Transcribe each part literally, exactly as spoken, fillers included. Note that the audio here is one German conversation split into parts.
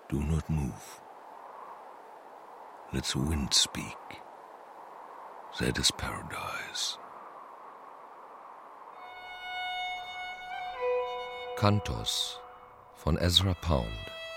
Do not move. Let the wind speak. That is paradise. Cantos von Ezra Pound.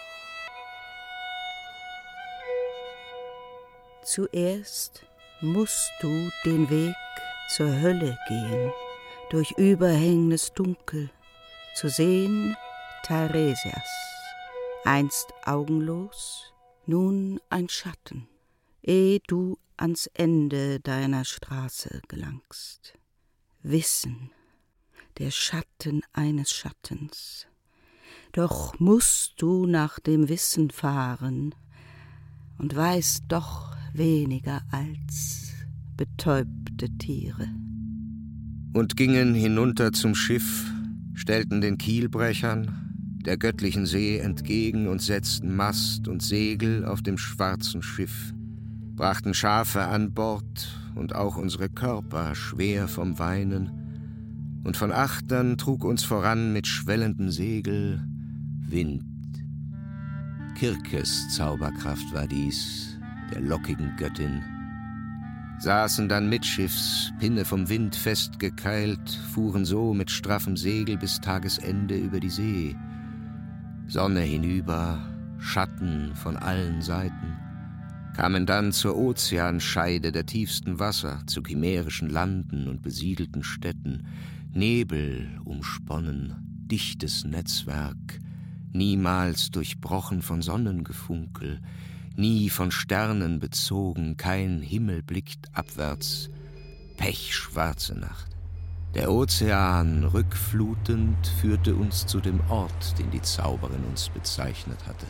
Zuerst musst du den Weg zur Hölle gehen, durch überhängendes Dunkel, zu sehen Teiresias, einst augenlos, nun ein Schatten, ehe du ans Ende deiner Straße gelangst. Wissen, der Schatten eines Schattens. Doch musst du nach dem Wissen fahren und weißt doch weniger als betäubte Tiere. Und gingen hinunter zum Schiff, stellten den Kielbrechern, der göttlichen See entgegen und setzten Mast und Segel auf dem schwarzen Schiff, brachten Schafe an Bord und auch unsere Körper schwer vom Weinen, und von Achtern trug uns voran mit schwellenden Segel Wind. Kirkes Zauberkraft war dies, der lockigen Göttin. Saßen dann mitschiffs, Pinne vom Wind festgekeilt, fuhren so mit straffem Segel bis Tagesende über die See. Sonne hinüber, Schatten von allen Seiten, kamen dann zur Ozeanscheide der tiefsten Wasser, zu chimärischen Landen und besiedelten Städten, Nebel umsponnen, dichtes Netzwerk, niemals durchbrochen von Sonnengefunkel, nie von Sternen bezogen, kein Himmel blickt abwärts, pechschwarze Nacht. Der Ozean, rückflutend, führte uns zu dem Ort, den die Zauberin uns bezeichnet hatte.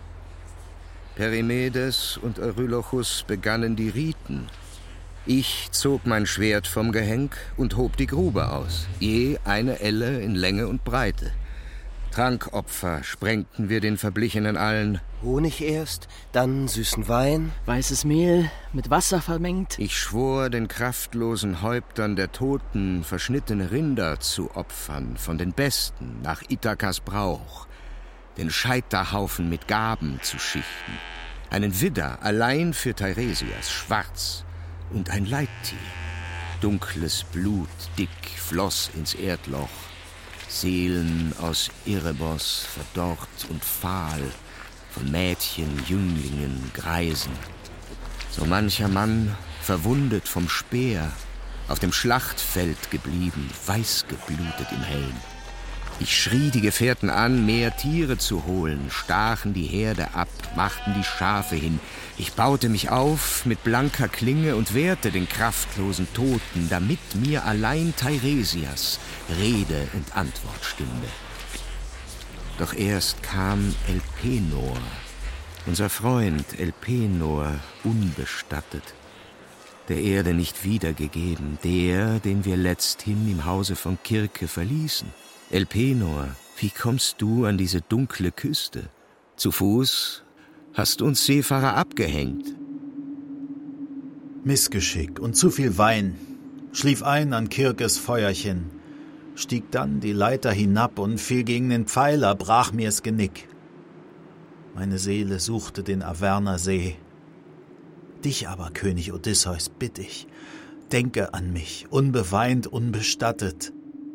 Perimedes und Eurylochus begannen die Riten. Ich zog mein Schwert vom Gehenk und hob die Grube aus, je eine Elle in Länge und Breite. Trankopfer sprengten wir den Verblichenen allen. Honig erst, dann süßen Wein. Weißes Mehl mit Wasser vermengt. Ich schwor den kraftlosen Häuptern der Toten verschnittene Rinder zu opfern, von den Besten nach Ithakas Brauch, den Scheiterhaufen mit Gaben zu schichten, einen Widder allein für Teiresias, schwarz, und ein Leittier. Dunkles Blut dick floss ins Erdloch, Seelen aus Erebos verdorrt und fahl, von Mädchen, Jünglingen, Greisen. So mancher Mann, verwundet vom Speer, auf dem Schlachtfeld geblieben, weißgeblutet im Helm. Ich schrie die Gefährten an, mehr Tiere zu holen, stachen die Herde ab, machten die Schafe hin. Ich baute mich auf mit blanker Klinge und wehrte den kraftlosen Toten, damit mir allein Teiresias Rede und Antwort stünde. Doch erst kam Elpenor, unser Freund Elpenor, unbestattet, der Erde nicht wiedergegeben, der, den wir letzthin im Hause von Kirke verließen. Elpenor, wie kommst du an diese dunkle Küste? Zu Fuß hast uns Seefahrer abgehängt. Missgeschick und zu viel Wein. Schlief ein an Kirkes Feuerchen, stieg dann die Leiter hinab und fiel gegen den Pfeiler, brach mir's Genick. Meine Seele suchte den Avernersee. Dich aber, König Odysseus, bitt ich, denke an mich, unbeweint, unbestattet.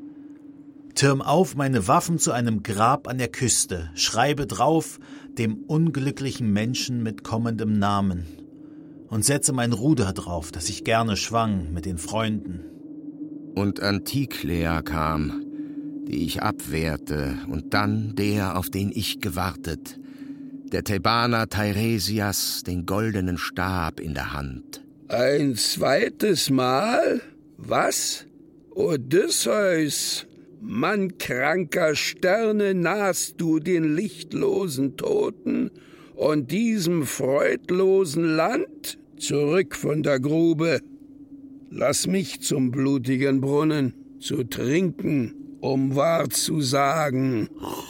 Türm auf meine Waffen zu einem Grab an der Küste, schreibe drauf dem unglücklichen Menschen mit kommendem Namen und setze mein Ruder drauf, das ich gerne schwang mit den Freunden. Und Antiklea kam, die ich abwehrte, und dann der, auf den ich gewartet, der Thebaner Teiresias, den goldenen Stab in der Hand. Ein zweites Mal? Was? Odysseus, Mann kranker Sterne, nahst du den lichtlosen Toten und diesem freudlosen Land? Zurück von der Grube. Lass mich zum blutigen Brunnen, zu trinken, um wahr zu sagen.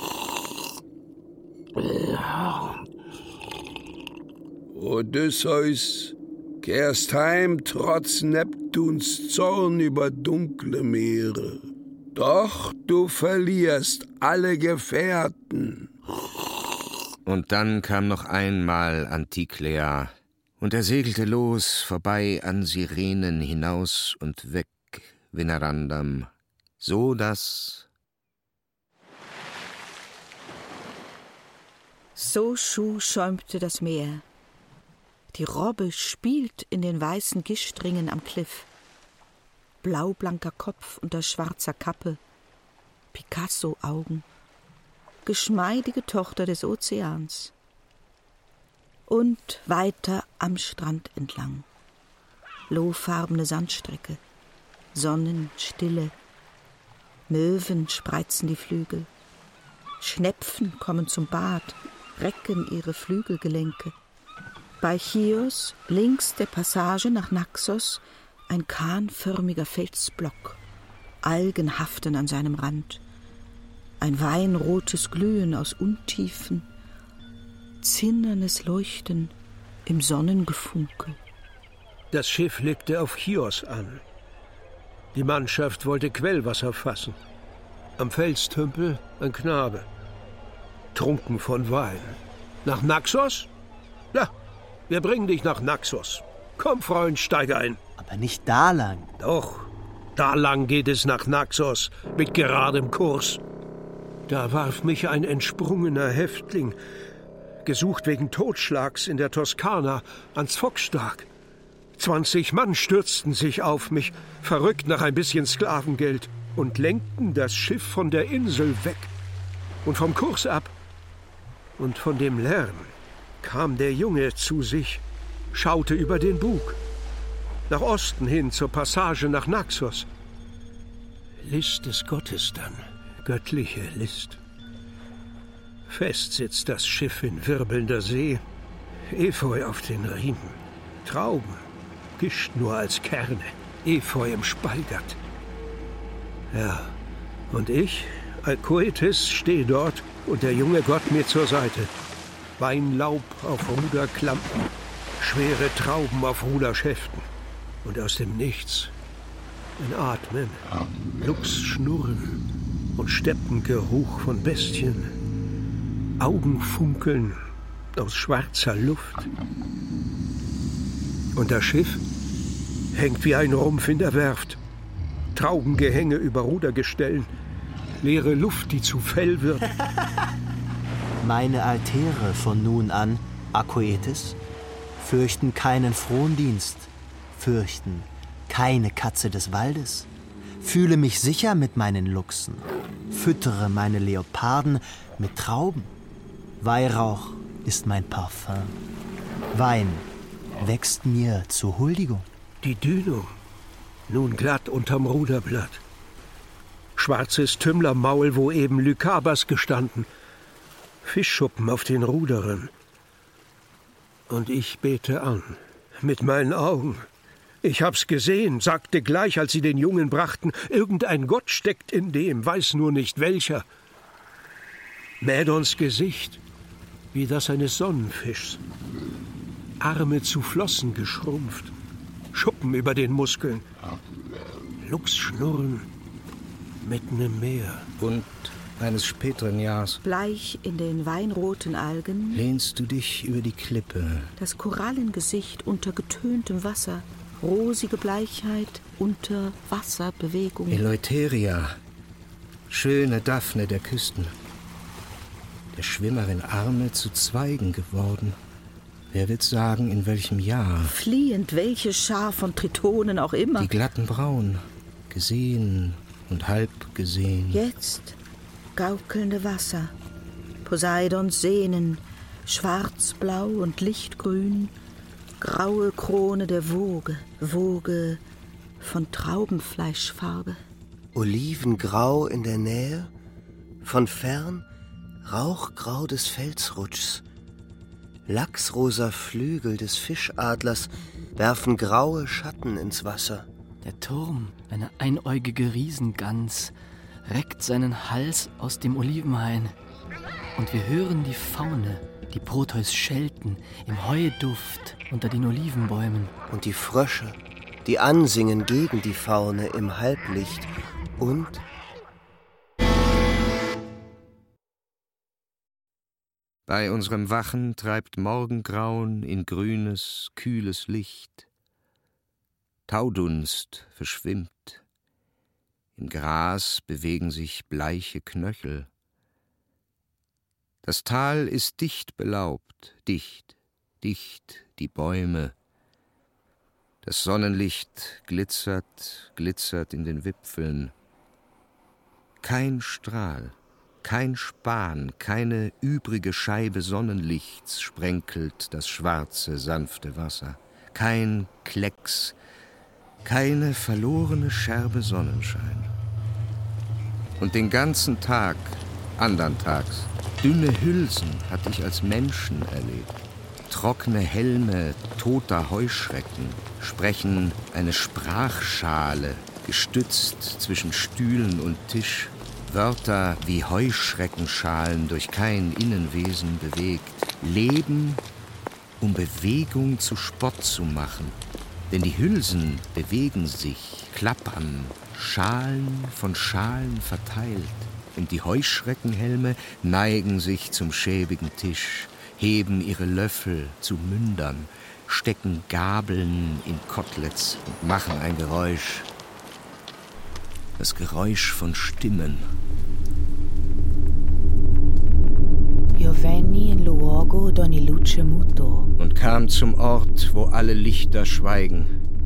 Odysseus, kehrst heim trotz Neptuns Zorn über dunkle Meere. Doch du verlierst alle Gefährten. Und dann kam noch einmal Antiklea, und er segelte los, vorbei an Sirenen hinaus und weg, Venerandam, so dass... So schuh schäumte das Meer. Die Robbe spielt in den weißen Gischtringen am Kliff. Blaublanker Kopf unter schwarzer Kappe, Picasso-Augen, geschmeidige Tochter des Ozeans. Und weiter am Strand entlang. Lohfarbene Sandstrecke, Sonnenstille, Möwen spreizen die Flügel, Schnepfen kommen zum Bad, recken ihre Flügelgelenke. Bei Chios, links der Passage nach Naxos, ein kahnförmiger Felsblock, Algen haften an seinem Rand, ein weinrotes Glühen aus Untiefen, zinnernes Leuchten im Sonnengefunkel. Das Schiff legte auf Chios an. Die Mannschaft wollte Quellwasser fassen. Am Felstümpel ein Knabe, trunken von Wein. Nach Naxos? Ja, wir bringen dich nach Naxos. Komm, Freund, steige ein. Aber nicht da lang. Doch, da lang geht es nach Naxos, mit geradem Kurs. Da warf mich ein entsprungener Häftling, gesucht wegen Totschlags in der Toskana, ans Fockstark. Zwanzig Mann stürzten sich auf mich, verrückt nach ein bisschen Sklavengeld, und lenkten das Schiff von der Insel weg und vom Kurs ab. Und von dem Lärm kam der Junge zu sich, schaute über den Bug, nach Osten hin zur Passage nach Naxos. List des Gottes dann, göttliche List. Fest sitzt das Schiff in wirbelnder See, Efeu auf den Riemen, Trauben, Gischt nur als Kerne, Efeu im Spalgert. Ja, und ich, Alkoetes, stehe dort und der junge Gott mir zur Seite. Weinlaub auf Ruderklampen, schwere Trauben auf Ruderschäften. Und aus dem Nichts ein Atmen, Luchsschnurren und Steppengeruch von Bestien. Augenfunkeln aus schwarzer Luft. Und das Schiff hängt wie ein Rumpf in der Werft. Traubengehänge über Rudergestellen. Leere Luft, die zu Fell wird. Meine Altäre von nun an, Akoetes, fürchten keinen Frondienst, fürchten keine Katze des Waldes, fühle mich sicher mit meinen Luchsen, füttere meine Leoparden mit Trauben. Weihrauch ist mein Parfum. Wein wächst mir zur Huldigung. Die Dünung, nun glatt unterm Ruderblatt. Schwarzes Tümmlermaul, wo eben Lykabas gestanden. Fischschuppen auf den Ruderen. Und ich bete an, mit meinen Augen. Ich hab's gesehen, sagte gleich, als sie den Jungen brachten, irgendein Gott steckt in dem, weiß nur nicht welcher. Mädons Gesicht, wie das eines Sonnenfischs. Arme zu Flossen geschrumpft, Schuppen über den Muskeln. Luchsschnurren mitten im Meer. Und eines späteren Jahres, Bleich in den weinroten Algen, lehnst du dich über die Klippe. das Korallengesicht unter getöntem Wasser, rosige Bleichheit unter Wasserbewegung. Eleutheria, schöne Daphne der Küsten, der Schwimmerin Arme zu Zweigen geworden. Wer wird sagen, in welchem Jahr? Fliehend, welche Schar von Tritonen auch immer. Die glatten Brauen, gesehen und halb gesehen. Jetzt gaukelnde Wasser, Poseidons Sehnen, schwarzblau und lichtgrün, graue Krone der Woge, Woge von Traubenfleischfarbe. Olivengrau in der Nähe, von fern Rauchgrau des Felsrutschs. Lachsrosa Flügel des Fischadlers werfen graue Schatten ins Wasser. Der Turm, eine einäugige Riesengans, reckt seinen Hals aus dem Olivenhain. Und wir hören die Faune, die Proteus schelten, im Heuduft unter den Olivenbäumen. Und die Frösche, die ansingen gegen die Faune im Halblicht. Und Bei unserem Wachen treibt Morgengrauen in grünes, kühles Licht. Taudunst verschwimmt. Im Gras bewegen sich bleiche Knöchel. Das Tal ist dicht belaubt, dicht, dicht die Bäume. Das Sonnenlicht glitzert, glitzert in den Wipfeln. Kein Strahl, kein Span, keine übrige Scheibe Sonnenlichts sprenkelt das schwarze, sanfte Wasser. Kein Klecks, keine verlorene Scherbe Sonnenschein. Und den ganzen Tag, andern Tags, dünne Hülsen hatte ich als Menschen erlebt. Trockene Helme toter Heuschrecken sprechen eine Sprachschale, gestützt zwischen Stühlen und Tisch. Wörter wie Heuschreckenschalen durch kein Innenwesen bewegt. Leben, um Bewegung zu Spott zu machen. Denn die Hülsen bewegen sich, klappern, Schalen von Schalen verteilt. Und die Heuschreckenhelme neigen sich zum schäbigen Tisch, heben ihre Löffel zu Mündern, stecken Gabeln in Koteletts und machen ein Geräusch. Das Geräusch von Stimmen. Io venni in luogo d'ogni luce muto. Und kam zum Ort, wo alle Lichter schweigen.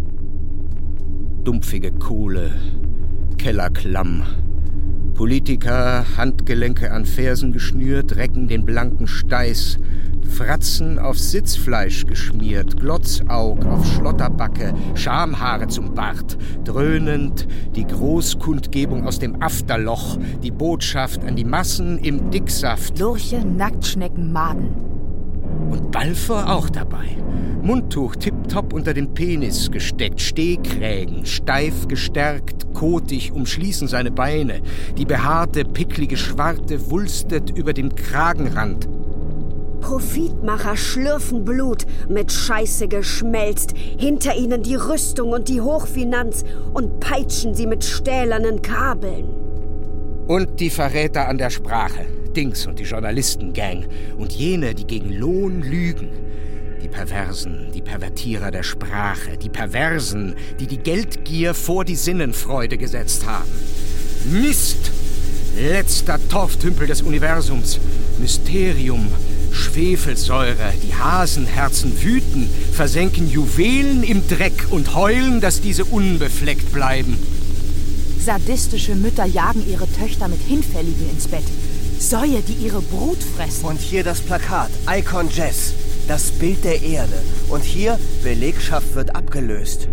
Dumpfige Kohle, Kellerklamm. Politiker, Handgelenke an Fersen geschnürt, recken den blanken Steiß, Fratzen aufs Sitzfleisch geschmiert, Glotzaug auf Schlotterbacke, Schamhaare zum Bart, dröhnend die Großkundgebung aus dem Afterloch, die Botschaft an die Massen im Dicksaft. Lurche, Nacktschnecken, Maden. Und Balfour auch dabei. Mundtuch tipptopp unter den Penis gesteckt, Stehkrägen, steif gestärkt, kotig umschließen seine Beine. Die behaarte, picklige Schwarte wulstet über dem Kragenrand. Profitmacher schlürfen Blut, mit Scheiße geschmelzt, hinter ihnen die Rüstung und die Hochfinanz und peitschen sie mit stählernen Kabeln. Und die Verräter an der Sprache, Dings und die Journalistengang und jene, die gegen Lohn lügen. Die Perversen, die Pervertierer der Sprache, die Perversen, die die Geldgier vor die Sinnenfreude gesetzt haben. Mist! Letzter Torftümpel des Universums. Mysterium, Schwefelsäure, die Hasenherzen wüten, versenken Juwelen im Dreck und heulen, dass diese unbefleckt bleiben. Sadistische Mütter jagen ihre Töchter mit Hinfälligen ins Bett. Säue, die ihre Brut fressen. Und hier das Plakat, Icon Jazz, das Bild der Erde. Und hier, Belegschaft wird abgelöst.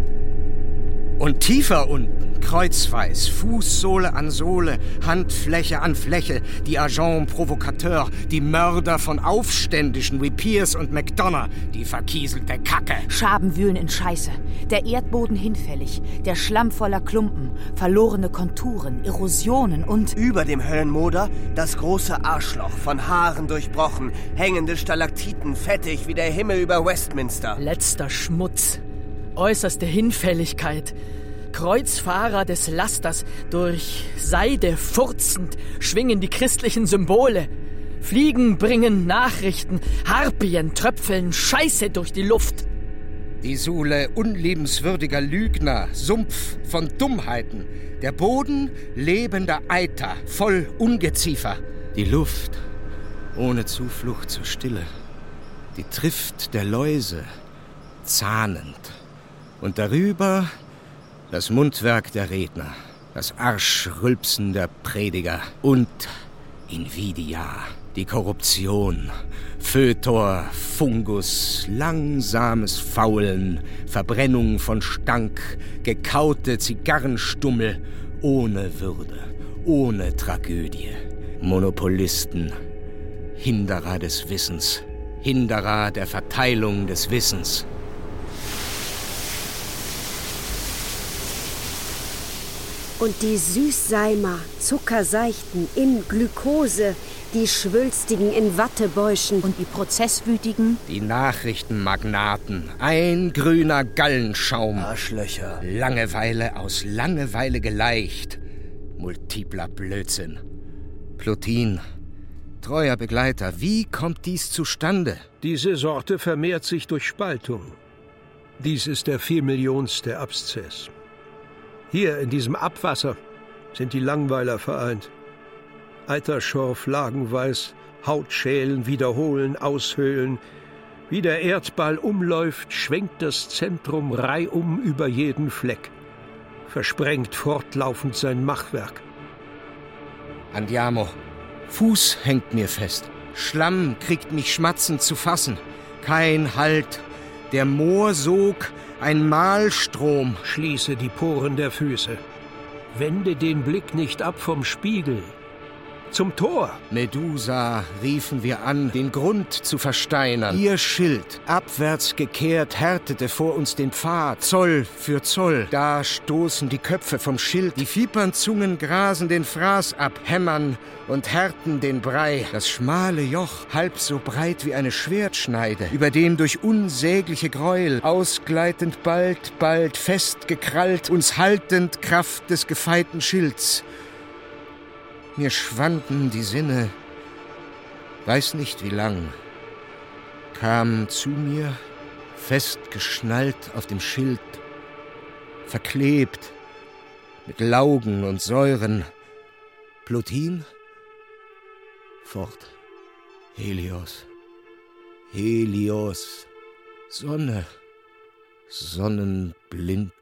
Und tiefer unten, kreuzweis, Fußsohle an Sohle, Handfläche an Fläche, die Agent Provocateur, die Mörder von Aufständischen wie Pierce und McDonough, die verkieselte Kacke. Schaben wühlen in Scheiße, der Erdboden hinfällig, der Schlamm voller Klumpen, verlorene Konturen, Erosionen und... Über dem Höllenmoder das große Arschloch, von Haaren durchbrochen, hängende Stalaktiten, fettig wie der Himmel über Westminster. Letzter Schmutz, äußerste Hinfälligkeit, Kreuzfahrer des Lasters, durch Seide furzend schwingen die christlichen Symbole. Fliegen bringen Nachrichten, Harpien tröpfeln Scheiße durch die Luft. Die Suhle unliebenswürdiger Lügner, Sumpf von Dummheiten. Der Boden lebender Eiter, voll Ungeziefer. Die Luft ohne Zuflucht zur Stille. Die Trift der Läuse, zahnend. Und darüber das Mundwerk der Redner, das Arschrülpsen der Prediger und Invidia, die Korruption, Fötor, Fungus, langsames Faulen, Verbrennung von Stank, gekaute Zigarrenstummel, ohne Würde, ohne Tragödie. Monopolisten, Hinderer des Wissens, Hinderer der Verteilung des Wissens. Und die Süßseimer, Zuckerseichten in Glukose, die Schwülstigen in Wattebäuschen und die Prozesswütigen, die Nachrichtenmagnaten, ein grüner Gallenschaum, Arschlöcher, Langeweile aus Langeweile geleicht, multipler Blödsinn, Plotin, Treuer Begleiter, wie kommt dies zustande? Diese Sorte vermehrt sich durch Spaltung. Dies ist der vielmillionste Abszess. Hier in diesem Abwasser sind die Langweiler vereint. Eiterschorf, Lagenweiß, Hautschälen, wiederholen, aushöhlen. Wie der Erdball umläuft, schwenkt das Zentrum reihum über jeden Fleck. Versprengt fortlaufend sein Machwerk. Andiamo, Fuß hängt mir fest. Schlamm kriegt mich schmatzend zu fassen. Kein Halt. Der Moor sog, ein Mahlstrom. Schließe die Poren der Füße. Wende den Blick nicht ab vom Spiegel. Zum Tor! Medusa, riefen wir an, den Grund zu versteinern. Ihr Schild, abwärts gekehrt, härtete vor uns den Pfad, Zoll für Zoll. Da stoßen die Köpfe vom Schild, die Vipernzungen grasen den Fraß ab, hämmern und härten den Brei. Das schmale Joch, halb so breit wie eine Schwertschneide, über dem durch unsägliche Gräuel, ausgleitend bald, bald festgekrallt, uns haltend Kraft des gefeiten Schilds. Mir schwanden die Sinne, weiß nicht wie lang, kam zu mir, festgeschnallt auf dem Schild, verklebt mit Laugen und Säuren. Plutin? Fort. Helios. Helios. Sonne. Sonnenblind.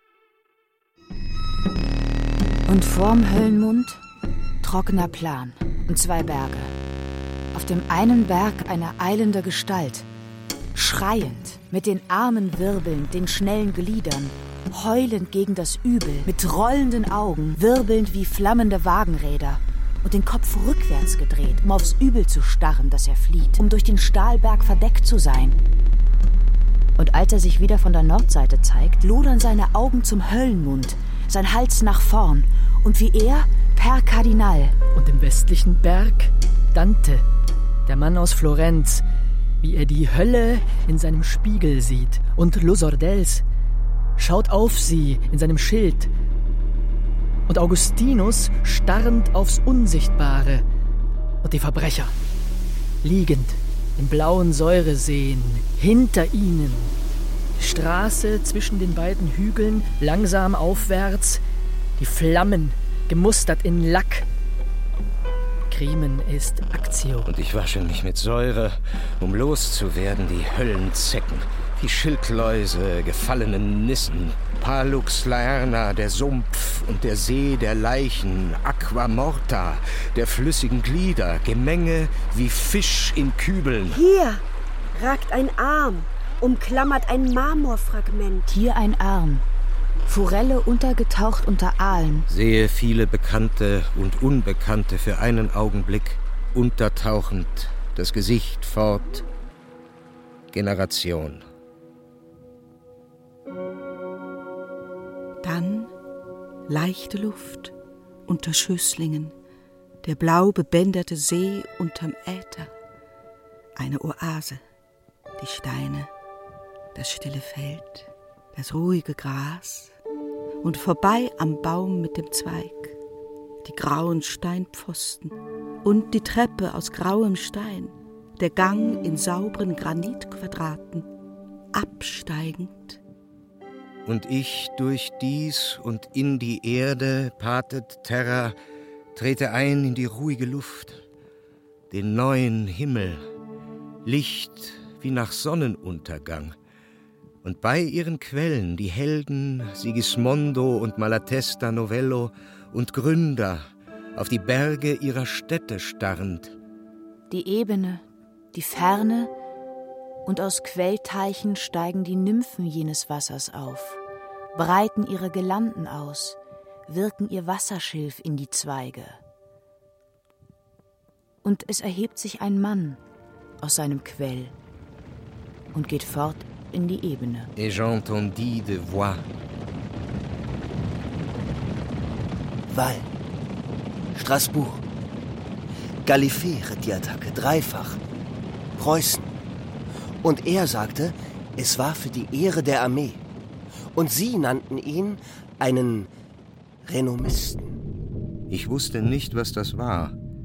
Und vorm Höllenmund trockener Plan und zwei Berge. Auf dem einen Berg eine eilende Gestalt, schreiend, mit den Armen wirbelnd, den schnellen Gliedern, heulend gegen das Übel, mit rollenden Augen, wirbelnd wie flammende Wagenräder und den Kopf rückwärts gedreht, um aufs Übel zu starren, das er flieht, um durch den Stahlberg verdeckt zu sein. Und als er sich wieder von der Nordseite zeigt, lodern seine Augen zum Höllenmund, sein Hals nach vorn, und wie er per Kardinal. Und im westlichen Berg Dante, der Mann aus Florenz, wie er die Hölle in seinem Spiegel sieht. Und Losordels schaut auf sie in seinem Schild. Und Augustinus starrend aufs Unsichtbare. Und die Verbrecher, liegend im blauen Säureseen, hinter ihnen. Die Straße zwischen den beiden Hügeln, langsam aufwärts, die Flammen, gemustert in Lack. Crimen ist Actio. Und ich wasche mich mit Säure, um loszuwerden, die Höllenzecken, die Schildläuse, gefallenen Nissen, Palux laerna, der Sumpf und der See der Leichen, Aqua morta, der flüssigen Glieder, Gemenge wie Fisch in Kübeln. Hier ragt ein Arm, umklammert ein Marmorfragment. Hier ein Arm. Forelle untergetaucht unter Aalen. Sehe viele Bekannte und Unbekannte für einen Augenblick, untertauchend, das Gesicht fort. Generation. Dann leichte Luft unter Schößlingen, der blau bebänderte See unterm Äther. Eine Oase, die Steine, das stille Feld, das ruhige Gras und vorbei am Baum mit dem Zweig, die grauen Steinpfosten und die Treppe aus grauem Stein, der Gang in sauberen Granitquadraten, absteigend. Und ich durch dies und in die Erde, patet terra, trete ein in die ruhige Luft, den neuen Himmel, Licht wie nach Sonnenuntergang. Und bei ihren Quellen die Helden Sigismondo und Malatesta Novello und Gründer auf die Berge ihrer Städte starrend. Die Ebene, die Ferne, und aus Quellteichen steigen die Nymphen jenes Wassers auf, breiten ihre Girlanden aus, wirken ihr Wasserschilf in die Zweige. Und es erhebt sich ein Mann aus seinem Quell und geht fort in die Ebene. Et j'entendis de voix. Wall, Straßburg, Gallifere die Attacke, dreifach, Preußen. Und er sagte, es war für die Ehre der Armee. Und sie nannten ihn einen Renommisten. Ich wusste nicht, was das war.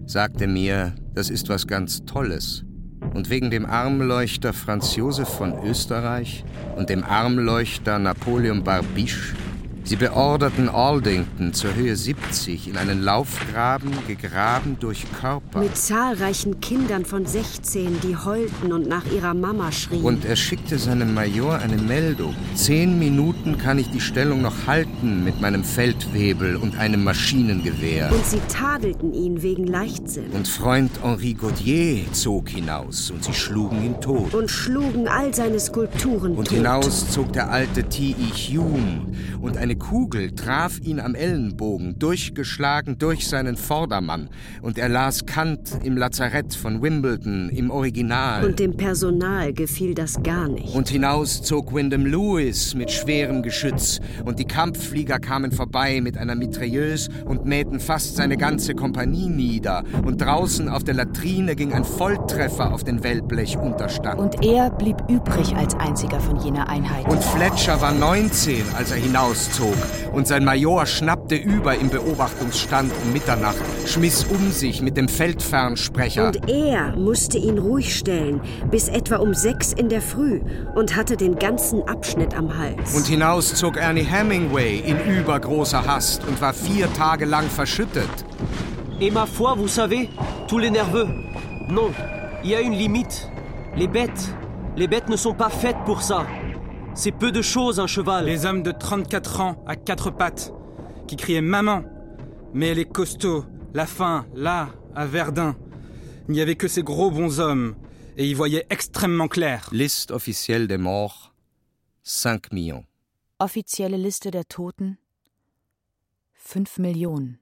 sagte mir, das ist was ganz Tolles. Und wegen dem Armleuchter Franz Josef von Österreich und dem Armleuchter Napoleon Barbiche, sie beorderten Aldington zur Höhe siebzig in einen Laufgraben, gegraben durch Körper. Mit zahlreichen Kindern von sechzehn, die heulten und nach ihrer Mama schrien. Und er schickte seinem Major eine Meldung. Zehn Minuten kann ich die Stellung noch halten mit meinem Feldwebel und einem Maschinengewehr. Und sie tadelten ihn wegen Leichtsinn. Und Freund Henri Gaudier zog hinaus und sie schlugen ihn tot. Und schlugen all seine Skulpturen Und tot. hinaus zog der alte T E Hume und eine Kugel traf ihn am Ellenbogen, durchgeschlagen durch seinen Vordermann. Und er las Kant im Lazarett von Wimbledon im Original. Und dem Personal gefiel das gar nicht. Und hinaus zog Wyndham Lewis mit schwerem Geschütz. Und die Kampfflieger kamen vorbei mit einer Mitrailleuse und mähten fast seine ganze Kompanie nieder. Und draußen auf der Latrine ging ein Volltreffer auf den Wellblechunterstand. Und er blieb übrig als einziger von jener Einheit. Und Fletcher war neunzehn, als er hinauszog. Und sein Major schnappte über im Beobachtungsstand um Mitternacht, schmiss um sich mit dem Feldfernsprecher. Und er musste ihn ruhig stellen, bis etwa um sechs in der Früh und hatte den ganzen Abschnitt am Hals. Und hinaus zog Ernie Hemingway in übergroßer Hast und war vier Tage lang verschüttet. Et ma foi, vous savez, tous les nerveux. Non, il y a une limite. Les bêtes, les bêtes ne sont pas faites pour ça. C'est peu de choses, un cheval. Les hommes de trente-quatre ans, à quatre pattes, qui criaient « Maman !» Mais elle est costaud, la faim, là, à Verdun. Il n'y avait que ces gros bons hommes, et ils voyaient extrêmement clair. Liste officielle des morts, cinq millions. Offizielle Liste der Toten, fünf Millionen.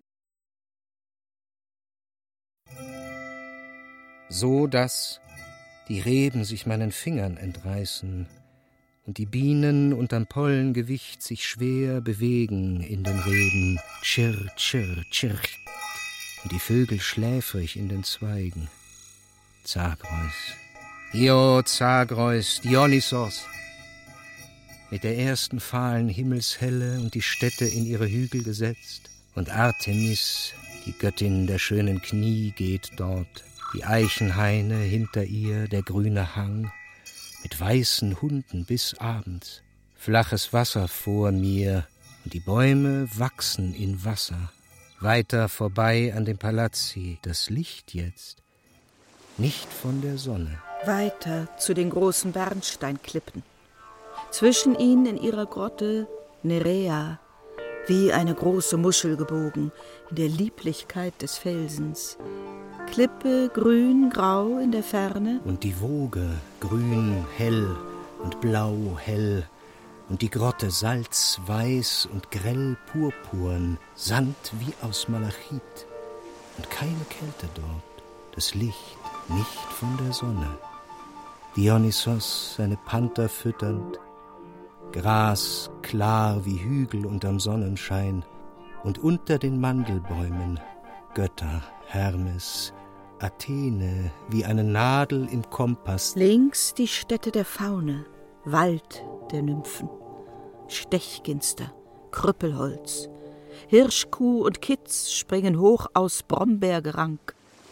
So dass die Reben sich meinen Fingern entreißen und die Bienen unterm Pollengewicht sich schwer bewegen in den Reben. Tschirr, tschirr, tschirr. Und die Vögel schläfrig in den Zweigen. Zagreus. Io, Zagreus, Dionysos. Mit der ersten fahlen Himmelshelle und die Städte in ihre Hügel gesetzt. Und Artemis, die Göttin der schönen Knie, geht dort. Die Eichenhaine hinter ihr, der grüne Hang. Mit weißen Hunden bis abends, flaches Wasser vor mir, und die Bäume wachsen in Wasser. Weiter vorbei an dem Palazzi, das Licht jetzt, nicht von der Sonne. Weiter zu den großen Bernsteinklippen. Zwischen ihnen in ihrer Grotte Nerea, wie eine große Muschel gebogen, in der Lieblichkeit des Felsens. Klippe grün, grau in der Ferne. Und die Woge grün, hell und blau, hell. Und die Grotte salzweiß und grell purpurn, Sand wie aus Malachit. Und keine Kälte dort, das Licht nicht von der Sonne. Dionysos seine Panther fütternd, Gras klar wie Hügel unterm Sonnenschein. Und unter den Mandelbäumen Götter, Hermes, Athene, wie eine Nadel im Kompass. Links die Stätte der Faune, Wald der Nymphen, Stechginster, Krüppelholz. Hirschkuh und Kitz springen hoch aus Brombeergerank.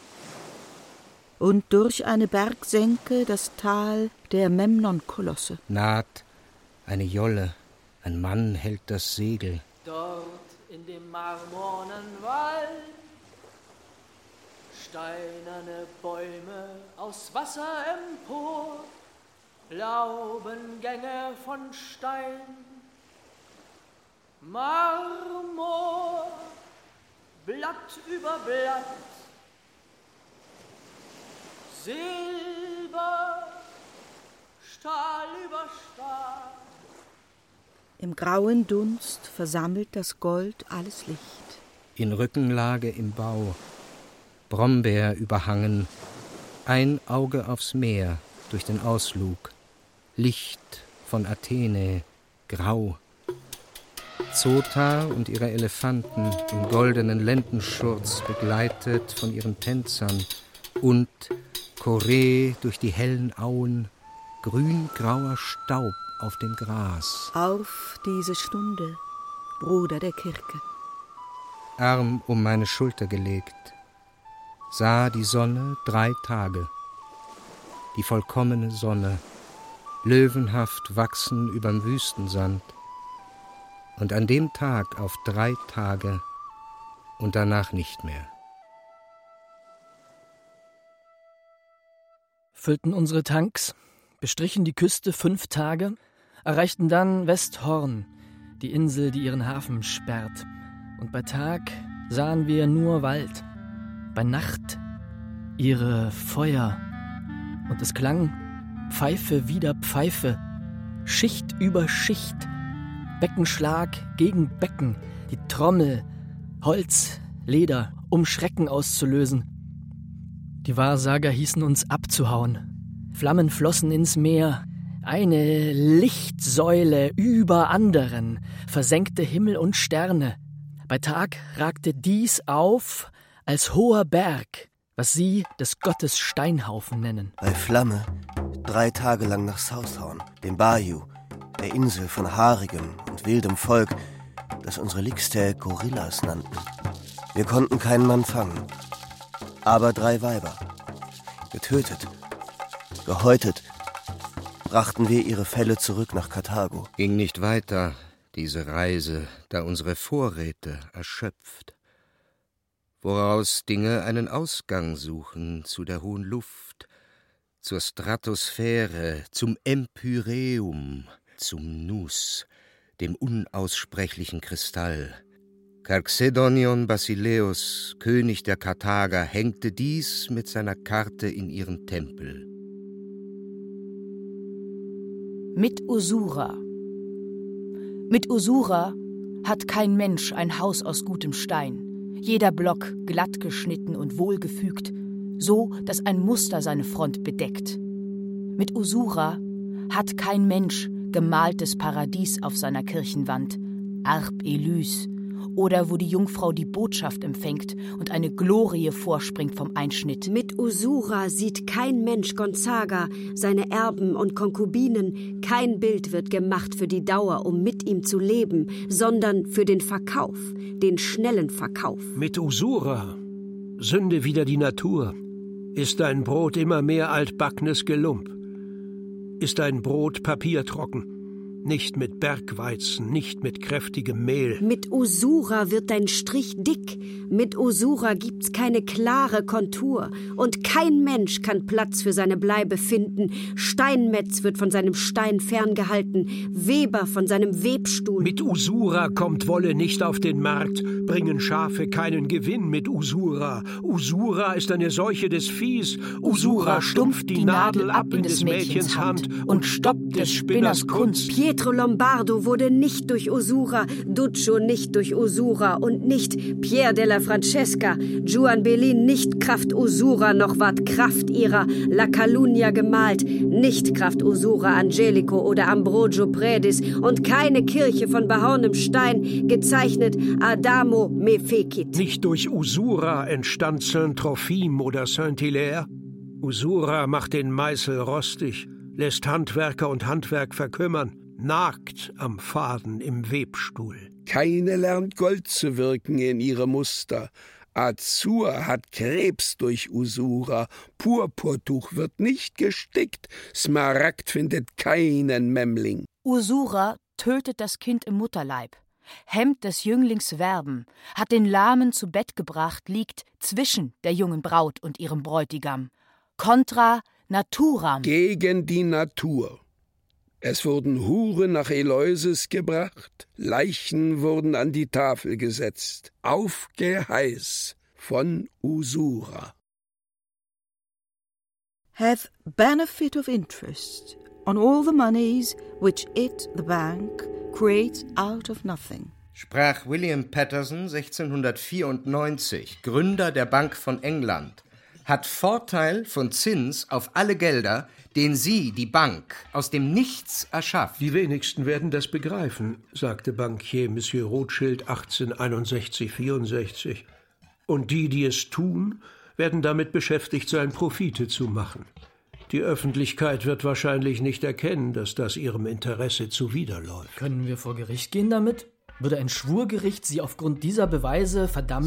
Und durch eine Bergsenke das Tal der Memnonkolosse. Naht eine Jolle, ein Mann hält das Segel. Dort in dem marmornen Wald steinerne Bäume aus Wasser empor, Laubengänge von Stein, Marmor, Blatt über Blatt, Silber, Stahl über Stahl. Im grauen Dunst versammelt das Gold alles Licht. In Rückenlage im Bau, Brombeer überhangen, ein Auge aufs Meer durch den Auslug, Licht von Athene, grau. Zota und ihre Elefanten im goldenen Lendenschurz begleitet von ihren Tänzern und Koree durch die hellen Auen, grün-grauer Staub auf dem Gras. Auf diese Stunde, Bruder der Kirke. Arm um meine Schulter gelegt, sah die Sonne drei Tage, die vollkommene Sonne, löwenhaft wachsen überm Wüstensand, und an dem Tag auf drei Tage und danach nicht mehr. Füllten unsere Tanks, bestrichen die Küste fünf Tage, erreichten dann Westhorn, die Insel, die ihren Hafen sperrt. Und bei Tag sahen wir nur Wald, bei Nacht ihre Feuer. Und es klang Pfeife wider Pfeife, Schicht über Schicht, Beckenschlag gegen Becken, die Trommel, Holz, Leder, um Schrecken auszulösen. Die Wahrsager hießen uns abzuhauen. Flammen flossen ins Meer, eine Lichtsäule über anderen, versenkte Himmel und Sterne. Bei Tag ragte dies auf als hoher Berg, was sie des Gottes Steinhaufen nennen. Bei Flamme drei Tage lang nach Southhorn, dem Bayou, der Insel von haarigem und wildem Volk, das unsere Lixtae Gorillas nannten. Wir konnten keinen Mann fangen, aber drei Weiber. Getötet, gehäutet, brachten wir ihre Felle zurück nach Karthago. Ging nicht weiter, diese Reise, da unsere Vorräte erschöpft, woraus Dinge einen Ausgang suchen zu der hohen Luft, zur Stratosphäre, zum Empyreum, zum Nus, dem unaussprechlichen Kristall. Chalcedonion Basileus, König der Karthager, hängte dies mit seiner Karte in ihren Tempel. Mit Usura. Mit Usura hat kein Mensch ein Haus aus gutem Stein, jeder Block glatt geschnitten und wohlgefügt, so dass ein Muster seine Front bedeckt. Mit Usura hat kein Mensch gemaltes Paradies auf seiner Kirchenwand, Arp Elys, oder wo die Jungfrau die Botschaft empfängt und eine Glorie vorspringt vom Einschnitt. Mit Usura sieht kein Mensch Gonzaga, seine Erben und Konkubinen. Kein Bild wird gemacht für die Dauer, um mit ihm zu leben, sondern für den Verkauf, den schnellen Verkauf. Mit Usura sünde wieder die Natur. Ist dein Brot immer mehr altbackenes Gelump? Ist dein Brot papiertrocken? Nicht mit Bergweizen, nicht mit kräftigem Mehl. Mit Usura wird dein Strich dick. Mit Usura gibt's keine klare Kontur. Und kein Mensch kann Platz für seine Bleibe finden. Steinmetz wird von seinem Stein ferngehalten. Weber von seinem Webstuhl. Mit Usura kommt Wolle nicht auf den Markt. Bringen Schafe keinen Gewinn mit Usura. Usura ist eine Seuche des Viehs. Usura stumpft die Nadel ab in des Mädchens Hand und stoppt des Spinners Kunst. Pietro Lombardo wurde nicht durch Usura, Duccio nicht durch Usura und nicht Pier della Francesca, Juan Bellin nicht Kraft Usura, noch ward Kraft ihrer La Calunnia gemalt, nicht Kraft Usura Angelico oder Ambrogio Predis und keine Kirche von behauenem Stein, gezeichnet Adamo me fecit. Nicht durch Usura entstand Saint-Trophime oder Saint-Hilaire. Usura macht den Meißel rostig, lässt Handwerker und Handwerk verkümmern. Nagt am Faden im Webstuhl. Keine lernt Gold zu wirken in ihre Muster. Azur hat Krebs durch Usura. Purpurtuch wird nicht gestickt. Smaragd findet keinen Memling. Usura tötet das Kind im Mutterleib, hemmt des Jünglings Werben, hat den Lahmen zu Bett gebracht, liegt zwischen der jungen Braut und ihrem Bräutigam. Contra naturam. Gegen die Natur. Es wurden Huren nach Eleusis gebracht, Leichen wurden an die Tafel gesetzt, auf Geheiß von Usura. Have benefit of interest on all the monies which it, the bank, creates out of nothing. Sprach William Patterson sechzehnhundertvierundneunzig, Gründer der Bank von England, hat Vorteil von Zins auf alle Gelder, den sie, die Bank, aus dem Nichts erschafft. Die wenigsten werden das begreifen, sagte Bankier Monsieur Rothschild achtzehnhunderteinundsechzig vierundsechzig. Und die, die es tun, werden damit beschäftigt sein, Profite zu machen. Die Öffentlichkeit wird wahrscheinlich nicht erkennen, dass das ihrem Interesse zuwiderläuft. Können wir vor Gericht gehen damit? Würde ein Schwurgericht Sie aufgrund dieser Beweise verdammen?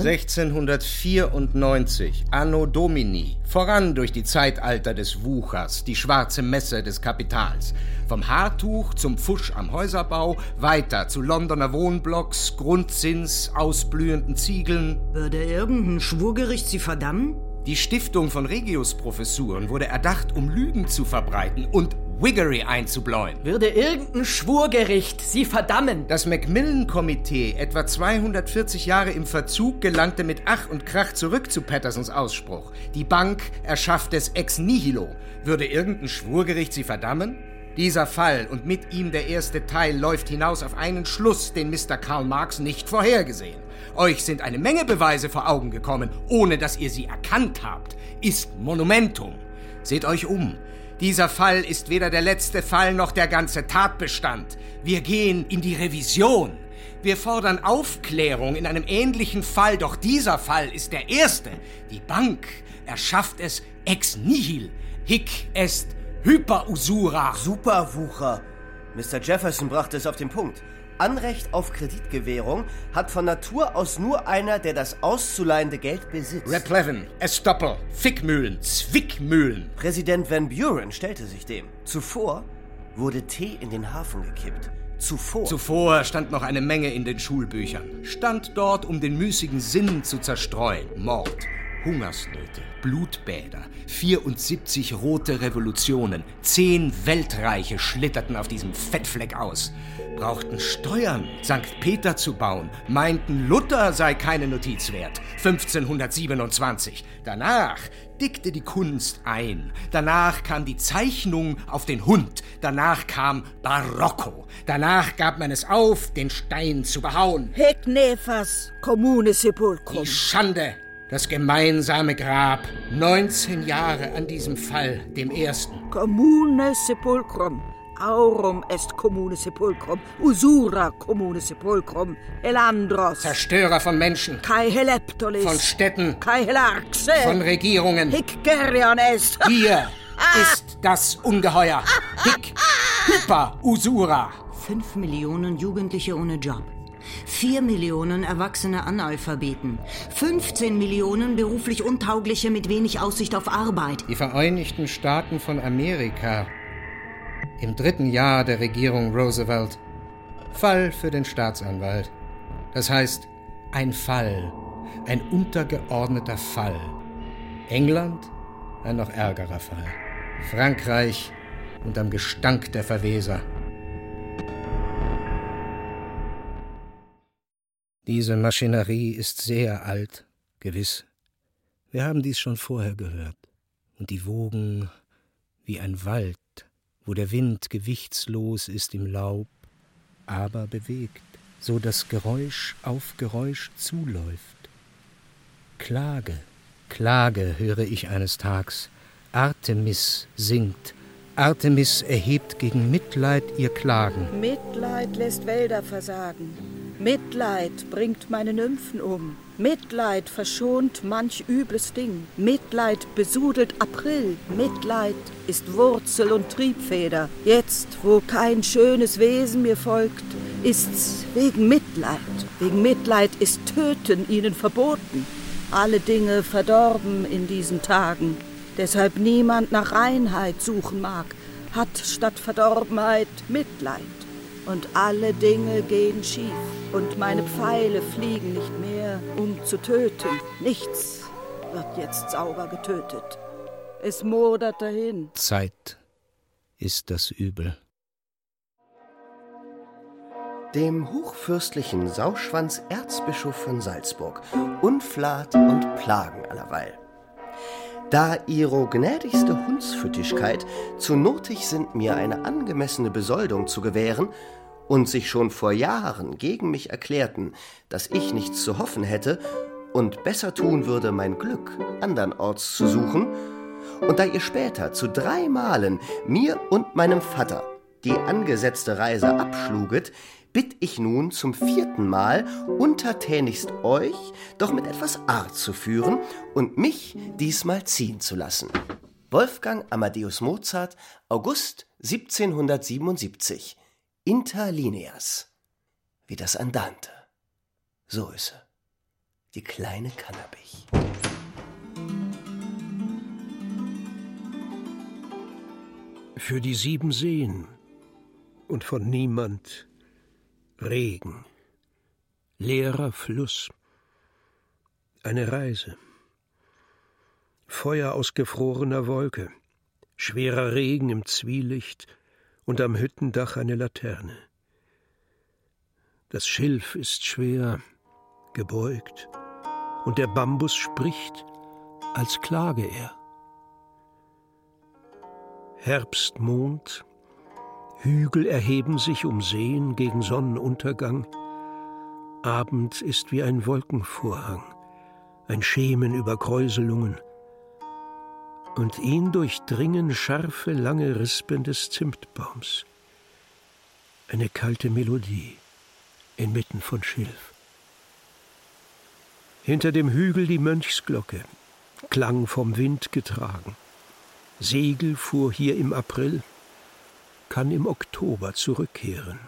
sechzehnhundertvierundneunzig, Anno Domini, voran durch die Zeitalter des Wuchers, die schwarze Messe des Kapitals. Vom Haartuch zum Pfusch am Häuserbau, weiter zu Londoner Wohnblocks, Grundzins, ausblühenden Ziegeln. Würde irgendein Schwurgericht Sie verdammen? Die Stiftung von Regius-Professuren wurde erdacht, um Lügen zu verbreiten und Whiggery einzubläuen. Würde irgendein Schwurgericht Sie verdammen? Das Macmillan-Komitee, etwa zweihundertvierzig Jahre im Verzug, gelangte mit Ach und Krach zurück zu Pattersons Ausspruch. Die Bank erschafft es ex nihilo. Würde irgendein Schwurgericht Sie verdammen? Dieser Fall und mit ihm der erste Teil läuft hinaus auf einen Schluss, den Mister Karl Marx nicht vorhergesehen. Euch sind eine Menge Beweise vor Augen gekommen, ohne dass ihr sie erkannt habt. Ist Monumentum. Seht euch um. Dieser Fall ist weder der letzte Fall noch der ganze Tatbestand. Wir gehen in die Revision. Wir fordern Aufklärung in einem ähnlichen Fall, doch dieser Fall ist der erste. Die Bank erschafft es ex nihil. Hic est hyper usura. Superwucher. Mister Jefferson brachte es auf den Punkt. Anrecht auf Kreditgewährung hat von Natur aus nur einer, der das auszuleihende Geld besitzt. Replevin, Estoppel, Fickmühlen, Zwickmühlen. Präsident Van Buren stellte sich dem. Zuvor wurde Tee in den Hafen gekippt. Zuvor. Zuvor stand noch eine Menge in den Schulbüchern. Stand dort, um den müßigen Sinn zu zerstreuen. Mord, Hungersnöte, Blutbäder, vierundsiebzig rote Revolutionen, zehn Weltreiche schlitterten auf diesem Fettfleck aus. Brauchten Steuern, Sankt Peter zu bauen, meinten Luther sei keine Notiz wert. fünfzehnhundertsiebenundzwanzig. Danach dickte die Kunst ein. Danach kam die Zeichnung auf den Hund. Danach kam Barocco. Danach gab man es auf, den Stein zu behauen. Hic nefas commune sepulcrum. Die Schande. Das gemeinsame Grab. neunzehn Jahre an diesem Fall, dem ersten. Commune sepulcrum. Aurum est commune sepulcrum. Usura commune sepulcrum. Elandros. Zerstörer von Menschen. Kai heleptolis. Von Städten. Kai helarxe. Von Regierungen. Hic gerion est. Hier ist das Ungeheuer. Hic hyper usura. Fünf Millionen Jugendliche ohne Job. Vier Millionen erwachsene Analphabeten. fünfzehn Millionen beruflich Untaugliche mit wenig Aussicht auf Arbeit. Die Vereinigten Staaten von Amerika. Im dritten Jahr der Regierung Roosevelt. Fall für den Staatsanwalt. Das heißt, ein Fall. Ein untergeordneter Fall. England, ein noch ärgerer Fall. Frankreich unterm Gestank der Verweser. Diese Maschinerie ist sehr alt, gewiss. Wir haben dies schon vorher gehört. Und die Wogen wie ein Wald, wo der Wind gewichtslos ist im Laub, aber bewegt, so dass Geräusch auf Geräusch zuläuft. Klage, Klage höre ich eines Tags. Artemis singt. Artemis erhebt gegen Mitleid ihr Klagen. Mitleid lässt Wälder versagen. Mitleid bringt meine Nymphen um. Mitleid verschont manch übles Ding. Mitleid besudelt April. Mitleid ist Wurzel und Triebfeder. Jetzt, wo kein schönes Wesen mir folgt, ist's wegen Mitleid. Wegen Mitleid ist Töten ihnen verboten. Alle Dinge verdorben in diesen Tagen. Deshalb niemand nach Reinheit suchen mag, hat statt Verdorbenheit Mitleid. Und alle Dinge gehen schief. Und meine Pfeile fliegen nicht mehr, um zu töten. Nichts wird jetzt sauber getötet. Es modert dahin. Zeit ist das Übel. Dem hochfürstlichen Sauschwanz Erzbischof von Salzburg, Unflat und Plagen allerweil. Da ihro gnädigste Hundsfüttigkeit zu notig sind, mir eine angemessene Besoldung zu gewähren und sich schon vor Jahren gegen mich erklärten, dass ich nichts zu hoffen hätte und besser tun würde, mein Glück andernorts zu suchen, und da ihr später zu drei Malen mir und meinem Vater die angesetzte Reise abschluget, bitt ich nun zum vierten Mal untertänigst euch doch mit etwas Art zu führen und mich diesmal ziehen zu lassen. Wolfgang Amadeus Mozart, August siebzehnhundertsiebenundsiebzig. Inter lineas. wie das Andante. So ist sie, die kleine Cannabich. Für die sieben Seen und von niemand Regen, leerer Fluss, eine Reise, Feuer aus gefrorener Wolke, schwerer Regen im Zwielicht und am Hüttendach eine Laterne. Das Schilf ist schwer, gebeugt, und der Bambus spricht, als klage er. Herbstmond, Hügel erheben sich um Seen gegen Sonnenuntergang. Abend ist wie ein Wolkenvorhang, ein Schemen über Kräuselungen. Und ihn durchdringen scharfe, lange Rispen des Zimtbaums. Eine kalte Melodie inmitten von Schilf. Hinter dem Hügel die Mönchsglocke, Klang vom Wind getragen. Segel fuhr hier im April, kann im Oktober zurückkehren.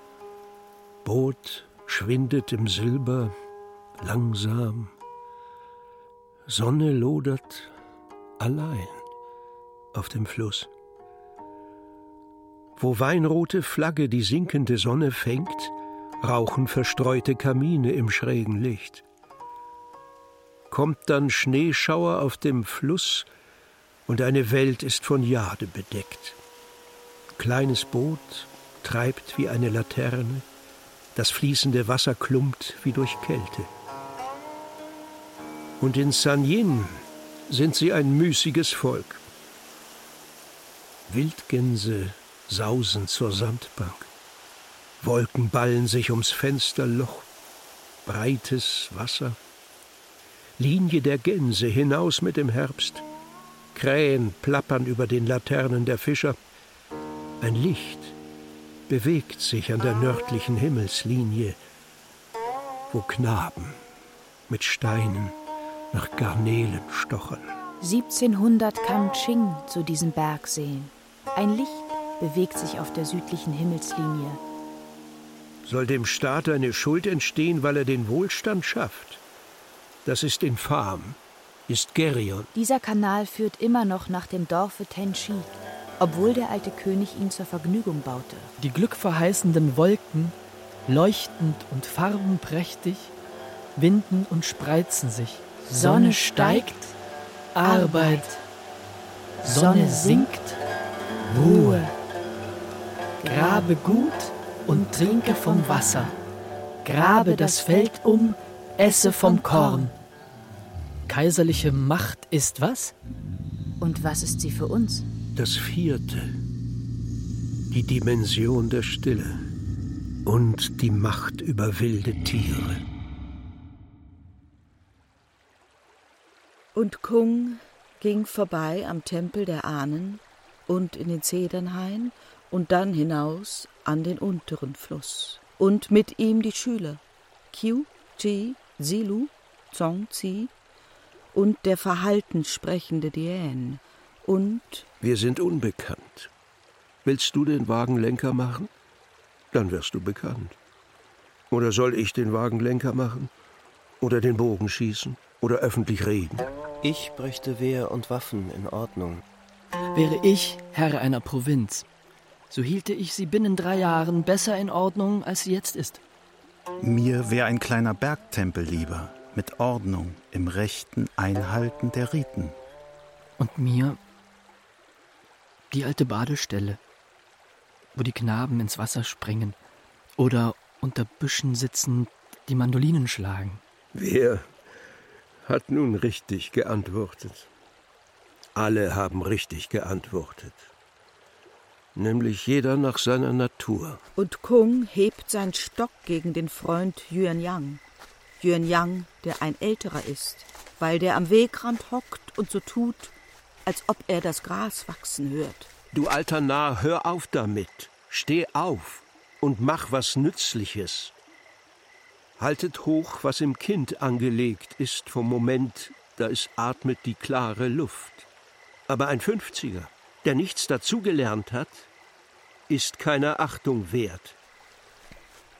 Boot schwindet im Silber, langsam. Sonne lodert allein auf dem Fluss. Wo weinrote Flagge die sinkende Sonne fängt, rauchen verstreute Kamine im schrägen Licht. Kommt dann Schneeschauer auf dem Fluss, und eine Welt ist von Jade bedeckt. Kleines Boot treibt wie eine Laterne, das fließende Wasser klumpt wie durch Kälte. Und in Sanyin sind sie ein müßiges Volk. Wildgänse sausen zur Sandbank. Wolken ballen sich ums Fensterloch. Breites Wasser. Linie der Gänse hinaus mit dem Herbst. Krähen plappern über den Laternen der Fischer. Ein Licht bewegt sich an der nördlichen Himmelslinie, wo Knaben mit Steinen nach Garnelen stochern. siebzehnhundert kam Ching zu diesem Bergseen. Ein Licht bewegt sich auf der südlichen Himmelslinie. Soll dem Staat eine Schuld entstehen, weil er den Wohlstand schafft? Das ist infam, ist Geryon. Dieser Kanal führt immer noch nach dem Dorfe Tenchi, obwohl der alte König ihn zur Vergnügung baute. Die glückverheißenden Wolken, leuchtend und farbenprächtig, winden und spreizen sich. Sonne steigt, Arbeit. Sonne sinkt, Ruhe. Grabe gut und trinke vom Wasser. Grabe das Feld um, esse vom Korn. Kaiserliche Macht ist was? Und was ist sie für uns? Das vierte, die Dimension der Stille und die Macht über wilde Tiere. Und Kung ging vorbei am Tempel der Ahnen und in den Zedernhain und dann hinaus an den unteren Fluss. Und mit ihm die Schüler, Qiu, Chi, Zilu, Zong, Zi und der verhalten sprechende Dian und... Wir sind unbekannt. Willst du den Wagenlenker machen? Dann wirst du bekannt. Oder soll ich den Wagenlenker machen? Oder den Bogen schießen? Oder öffentlich reden? Ich brächte Wehr und Waffen in Ordnung. Wäre ich Herr einer Provinz, so hielte ich sie binnen drei Jahren besser in Ordnung, als sie jetzt ist. Mir wäre ein kleiner Bergtempel lieber, mit Ordnung im rechten Einhalten der Riten. Und mir die alte Badestelle, wo die Knaben ins Wasser springen oder unter Büschen sitzen, die Mandolinen schlagen. Wer hat nun richtig geantwortet? Alle haben richtig geantwortet. Nämlich jeder nach seiner Natur. Und Kung hebt seinen Stock gegen den Freund Yuan Yang. Yuan Yang, der ein älterer ist, weil der am Wegrand hockt und so tut, als ob er das Gras wachsen hört. Du alter Narr, hör auf damit. Steh auf und mach was Nützliches. Haltet hoch, was im Kind angelegt ist vom Moment, da es atmet die klare Luft. Aber ein Fünfziger, der nichts dazugelernt hat, ist keiner Achtung wert.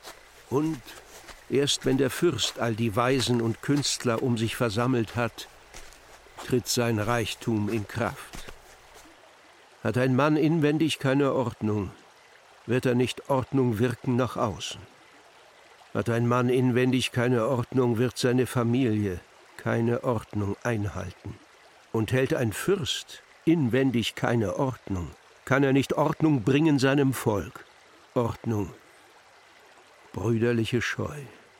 Und erst wenn der Fürst all die Weisen und Künstler um sich versammelt hat, tritt sein Reichtum in Kraft. Hat ein Mann inwendig keine Ordnung, wird er nicht Ordnung wirken nach außen. Hat ein Mann inwendig keine Ordnung, wird seine Familie keine Ordnung einhalten. Und hält ein Fürst inwendig keine Ordnung, kann er nicht Ordnung bringen seinem Volk. Ordnung, brüderliche Scheu.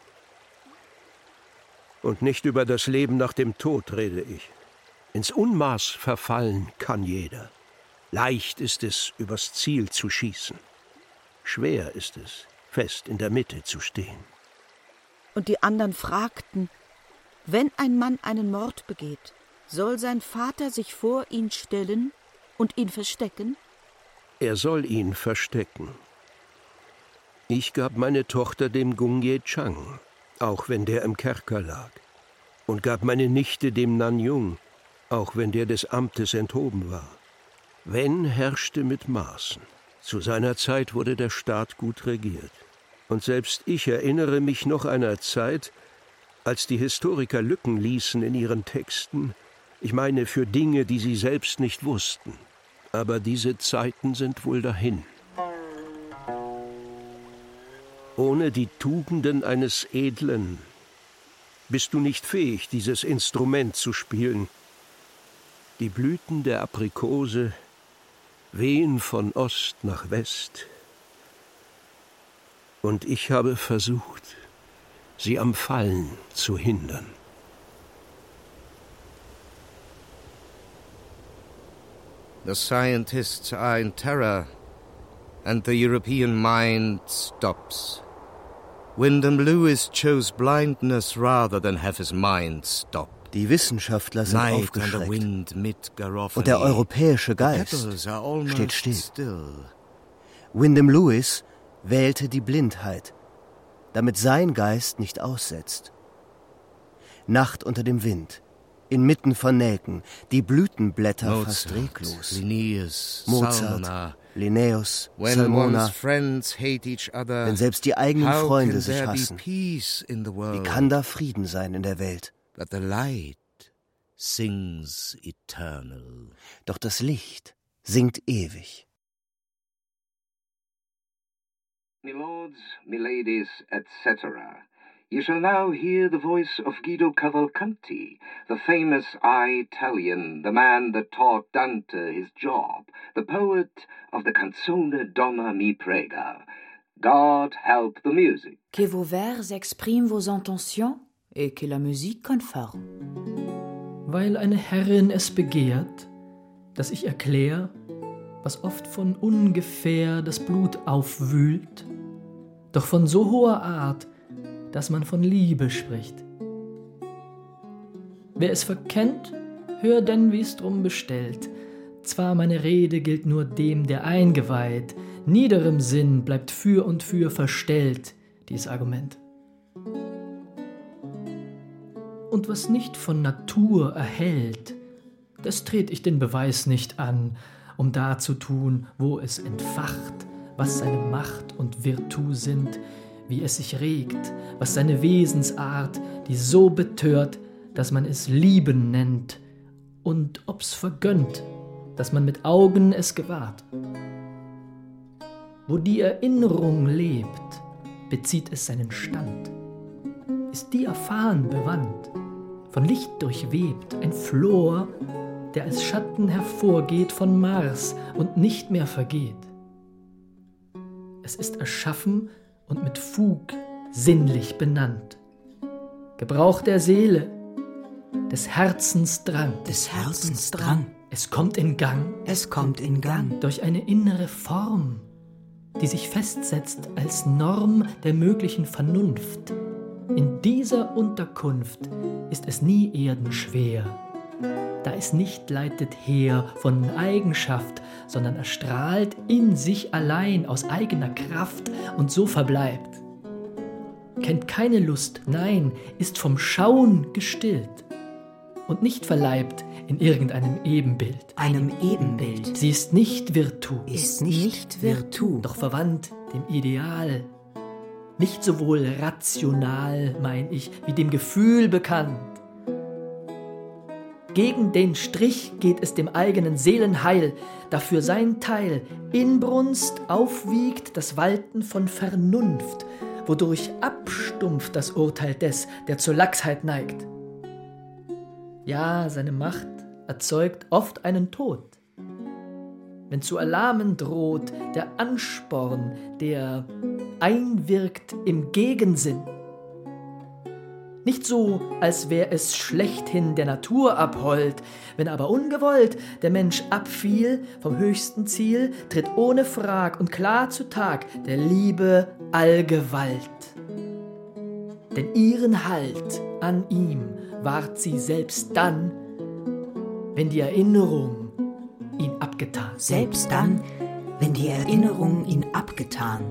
Und nicht über das Leben nach dem Tod rede ich. Ins Unmaß verfallen kann jeder. Leicht ist es, übers Ziel zu schießen. Schwer ist es, fest in der Mitte zu stehen. Und die anderen fragten, wenn ein Mann einen Mord begeht, soll sein Vater sich vor ihn stellen und ihn verstecken? Er soll ihn verstecken. Ich gab meine Tochter dem Gungye Chang, auch wenn der im Kerker lag, und gab meine Nichte dem Nanyung, auch wenn der des Amtes enthoben war. Wen herrschte mit Maßen. Zu seiner Zeit wurde der Staat gut regiert. Und selbst ich erinnere mich noch einer Zeit, als die Historiker Lücken ließen in ihren Texten, ich meine für Dinge, die sie selbst nicht wussten. Aber diese Zeiten sind wohl dahin. Ohne die Tugenden eines Edlen bist du nicht fähig, dieses Instrument zu spielen. Die Blüten der Aprikose wehen von Ost nach West. Und ich habe versucht, sie am Fallen zu hindern. The scientists are in terror, and the European mind stops. Wyndham Lewis chose blindness rather than have his mind stop. Die Wissenschaftler sind aufgeschreckt und der europäische Geist steht still. Wyndham Lewis wählte die Blindheit, damit sein Geist nicht aussetzt. Nacht unter dem Wind, inmitten von Nelken, die Blütenblätter Mozart, fast reglos. Linnaeus, Mozart, Salma. Linnaeus, When Salmona. one's friends hate each other, Wenn selbst die eigenen how Freunde can sich there be hassen, peace in the world? wie kann da Frieden sein in der Welt? But the light sings eternal. Doch das Licht singt ewig. Milords, miladies, et cetera. You shall now hear the voice of Guido Cavalcanti, the famous Italian, the man that taught Dante his job, the poet of the canzone Donna mi prega. God help the music. Que vos vers expriment vos intentions et que la musique conforme. Weil eine Herrin es begehrt, dass ich erklär, was oft von ungefähr das Blut aufwühlt, doch von so hoher Art, dass man von Liebe spricht. Wer es verkennt, hör denn, wie's drum bestellt. Zwar meine Rede gilt nur dem, der eingeweiht, niederem Sinn bleibt für und für verstellt, dies Argument. Und was nicht von Natur erhält, das tret ich den Beweis nicht an, um darzutun, wo es entfacht, was seine Macht und Virtu sind, wie es sich regt, was seine Wesensart, die so betört, dass man es Lieben nennt, und ob's vergönnt, dass man mit Augen es gewahrt. Wo die Erinnerung lebt, bezieht es seinen Stand. Ist die erfahren bewandt, von Licht durchwebt, ein Flor, der als Schatten hervorgeht von Mars und nicht mehr vergeht. Es ist erschaffen und mit Fug sinnlich benannt. Gebrauch der Seele, des Herzens Drang. Des Herzens Drang. Es kommt in Gang. Es kommt in Gang. Durch eine innere Form, die sich festsetzt als Norm der möglichen Vernunft. In dieser Unterkunft ist es nie erdenschwer, da es nicht leitet her von Eigenschaft, sondern erstrahlt in sich allein aus eigener Kraft und so verbleibt. Kennt keine Lust, nein, ist vom Schauen gestillt und nicht verleibt in irgendeinem Ebenbild. Einem Ebenbild. Sie ist nicht Virtu. Ist nicht Virtu. Doch verwandt dem Ideal. nicht sowohl rational, mein ich, wie dem Gefühl bekannt. Gegen den Strich geht es dem eigenen Seelenheil, dafür sein Teil Inbrunst aufwiegt das Walten von Vernunft, wodurch abstumpft das Urteil des, der zur Lachsheit neigt. Ja, seine Macht erzeugt oft einen Tod. Wenn zu erlahmen droht der Ansporn, der einwirkt im Gegensinn. Nicht so, als wär es schlechthin der Natur abhold, wenn aber ungewollt der Mensch abfiel vom höchsten Ziel, tritt ohne Frag und klar zutage der Liebe Allgewalt. Denn ihren Halt an ihm wahrt sie selbst dann, wenn die Erinnerung ihn abgetan. Selbst dann, wenn die Erinnerung ihn abgetan.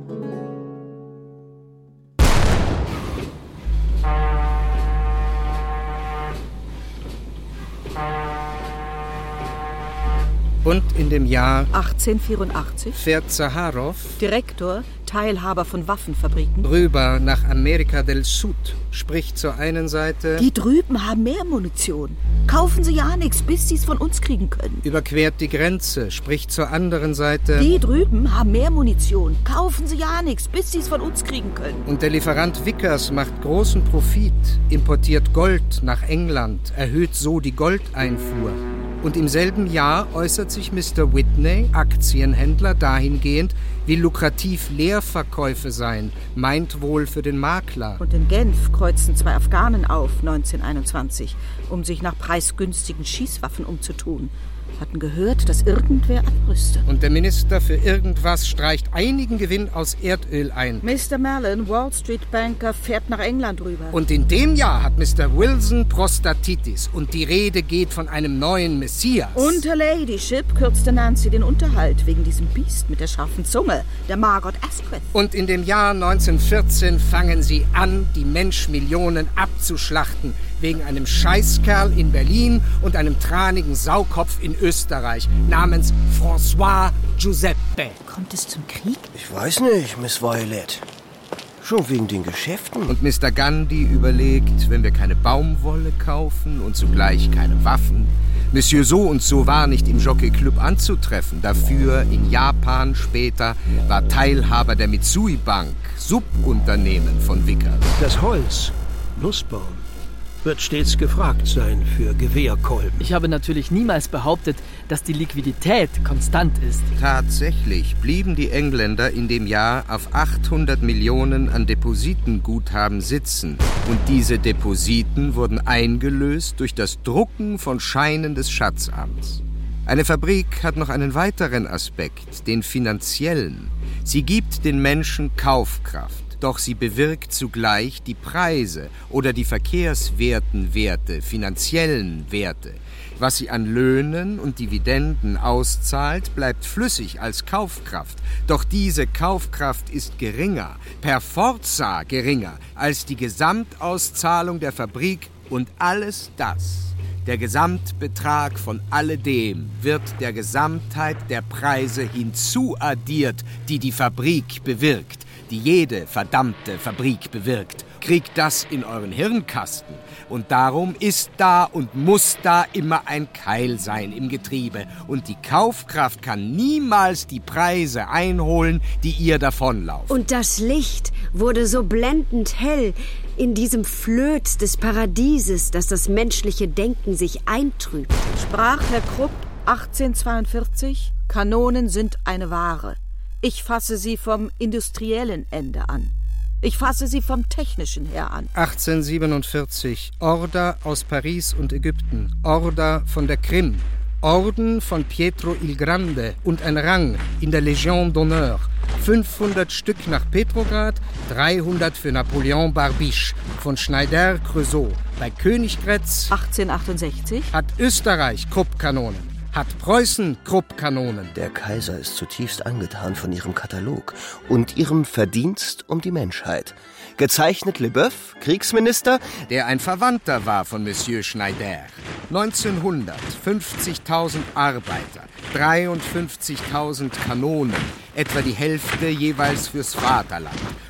Und in dem Jahr achtzehnhundertvierundachtzig fährt Zaharow, Direktor, Teilhaber von Waffenfabriken, rüber nach Amerika del Sud, spricht zur einen Seite: Die drüben haben mehr Munition. Kaufen Sie ja nichts, bis Sie es von uns kriegen können. Überquert die Grenze, spricht zur anderen Seite: Die drüben haben mehr Munition. Kaufen Sie ja nichts, bis Sie es von uns kriegen können. Und der Lieferant Vickers macht großen Profit, importiert Gold nach England, erhöht so die Goldeinfuhr. Und im selben Jahr äußert sich Mister Whitney, Aktienhändler, dahingehend, wie lukrativ Leerverkäufe seien, meint wohl für den Makler. Und in Genf kreuzen zwei Afghanen auf, neunzehnhunderteinundzwanzig, um sich nach preisgünstigen Schießwaffen umzutun. Hatten gehört, dass irgendwer abrüste. Und der Minister für irgendwas streicht einigen Gewinn aus Erdöl ein. Mister Mallon, Wall Street Banker, fährt nach England rüber. Und in dem Jahr hat Mister Wilson Prostatitis und die Rede geht von einem neuen Messias. Unter Ladyship kürzte Nancy den Unterhalt wegen diesem Biest mit der scharfen Zunge, der Margot Asquith. Und in dem Jahr neunzehnhundertvierzehn fangen sie an, die Menschmillionen abzuschlachten, wegen einem Scheißkerl in Berlin und einem tranigen Saukopf in Österreich namens François Giuseppe. Kommt es zum Krieg? Ich weiß nicht, Miss Violet. Schon wegen den Geschäften. Und Mister Gandhi überlegt, wenn wir keine Baumwolle kaufen und zugleich keine Waffen, Monsieur So und So war nicht im Jockey Club anzutreffen. Dafür in Japan später war Teilhaber der Mitsui Bank, Subunternehmen von Vickers. Das Holz, Nussbaum, wird stets gefragt sein für Gewehrkolben. Ich habe natürlich niemals behauptet, dass die Liquidität konstant ist. Tatsächlich blieben die Engländer in dem Jahr auf achthundert Millionen an Depositenguthaben sitzen. Und diese Depositen wurden eingelöst durch das Drucken von Scheinen des Schatzamts. Eine Fabrik hat noch einen weiteren Aspekt, den finanziellen. Sie gibt den Menschen Kaufkraft. Doch sie bewirkt zugleich die Preise oder die Verkehrswertenwerte, finanziellen Werte. Was sie an Löhnen und Dividenden auszahlt, bleibt flüssig als Kaufkraft. Doch diese Kaufkraft ist geringer, per forza geringer, als die Gesamtauszahlung der Fabrik und alles das. Der Gesamtbetrag von alledem wird der Gesamtheit der Preise hinzuaddiert, die die Fabrik bewirkt. die jede verdammte Fabrik bewirkt. Kriegt das in euren Hirnkasten. Und darum ist da und muss da immer ein Keil sein im Getriebe. Und die Kaufkraft kann niemals die Preise einholen, die ihr davonlauft. Und das Licht wurde so blendend hell in diesem Flöz des Paradieses, dass das menschliche Denken sich eintrübt. Sprach Herr Krupp achtzehnhundertzweiundvierzig, Kanonen sind eine Ware. Ich fasse sie vom industriellen Ende an. Ich fasse sie vom technischen her an. achtzehnhundertsiebenundvierzig, Order aus Paris und Ägypten, Order von der Krim, Orden von Pietro il Grande und ein Rang in der Légion d'honneur. fünfhundert Stück nach Petrograd, dreihundert für Napoleon Barbiche von Schneider-Creusot. Bei Königgrätz achtzehnhundertachtundsechzig hat Österreich Krupp-Kanonen. Hat Preußen Krupp-Kanonen. Der Kaiser ist zutiefst angetan von ihrem Katalog und ihrem Verdienst um die Menschheit. Gezeichnet Leboeuf, Kriegsminister, der ein Verwandter war von Monsieur Schneider. neunzehnhundert, fünfzigtausend Arbeiter, dreiundfünfzigtausend Kanonen, etwa die Hälfte jeweils fürs Vaterland.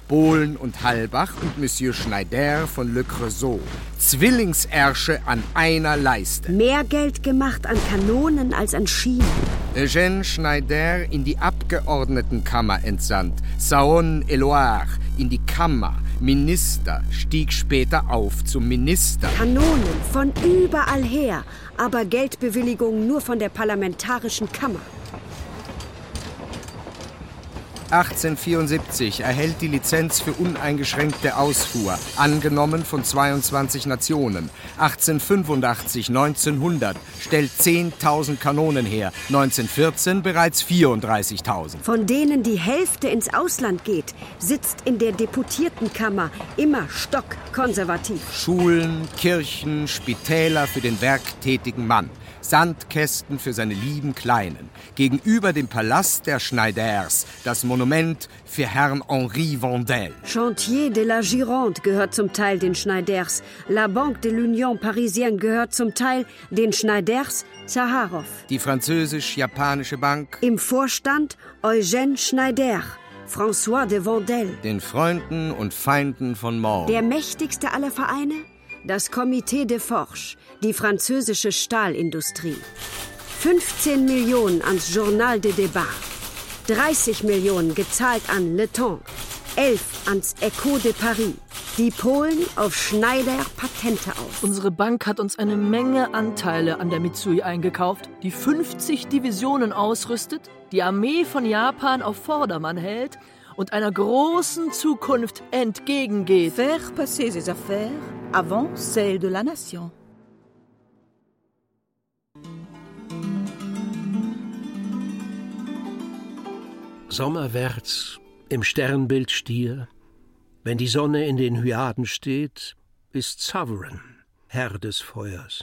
Bohlen und Halbach und Monsieur Schneider von Le Creusot. Zwillingsärsche an einer Leiste. Mehr Geld gemacht an Kanonen als an Schienen. Eugène Schneider in die Abgeordnetenkammer entsandt. Saône-et-Loire in die Kammer. Minister stieg später auf zum Minister. Kanonen von überall her, aber Geldbewilligung nur von der Parlamentarischen Kammer. achtzehnhundertvierundsiebzig erhält die Lizenz für uneingeschränkte Ausfuhr, angenommen von zweiundzwanzig Nationen. achtzehnhundertfünfundachtzig, neunzehnhundert stellt zehntausend Kanonen her, neunzehnhundertvierzehn bereits vierunddreißigtausend. Von denen die Hälfte ins Ausland geht, sitzt in der Deputiertenkammer immer stockkonservativ. Schulen, Kirchen, Spitäler für den werktätigen Mann. Sandkästen für seine lieben Kleinen. Gegenüber dem Palast der Schneiders, das Monument für Herrn Henri Vandel. Chantier de la Gironde gehört zum Teil den Schneiders. La Banque de l'Union Parisienne gehört zum Teil den Schneiders. Zaharoff. Die französisch-japanische Bank. Im Vorstand Eugène Schneider. François de Vandel. Den Freunden und Feinden von morgen. Der mächtigste aller Vereine? Das Comité de Forges, die französische Stahlindustrie. fünfzehn Millionen ans Journal de Débat. dreißig Millionen gezahlt an Le Temps. elf ans Echo de Paris. Die Polen auf Schneider Patente auf. Unsere Bank hat uns eine Menge Anteile an der Mitsui eingekauft, die fünfzig Divisionen ausrüstet, die Armee von Japan auf Vordermann hält und einer großen Zukunft entgegengeht. Faire passer ses affaires avant celle de la nation. Sommerwärts im Sternbild Stier, wenn die Sonne in den Hyaden steht, ist Sovereign Herr des Feuers.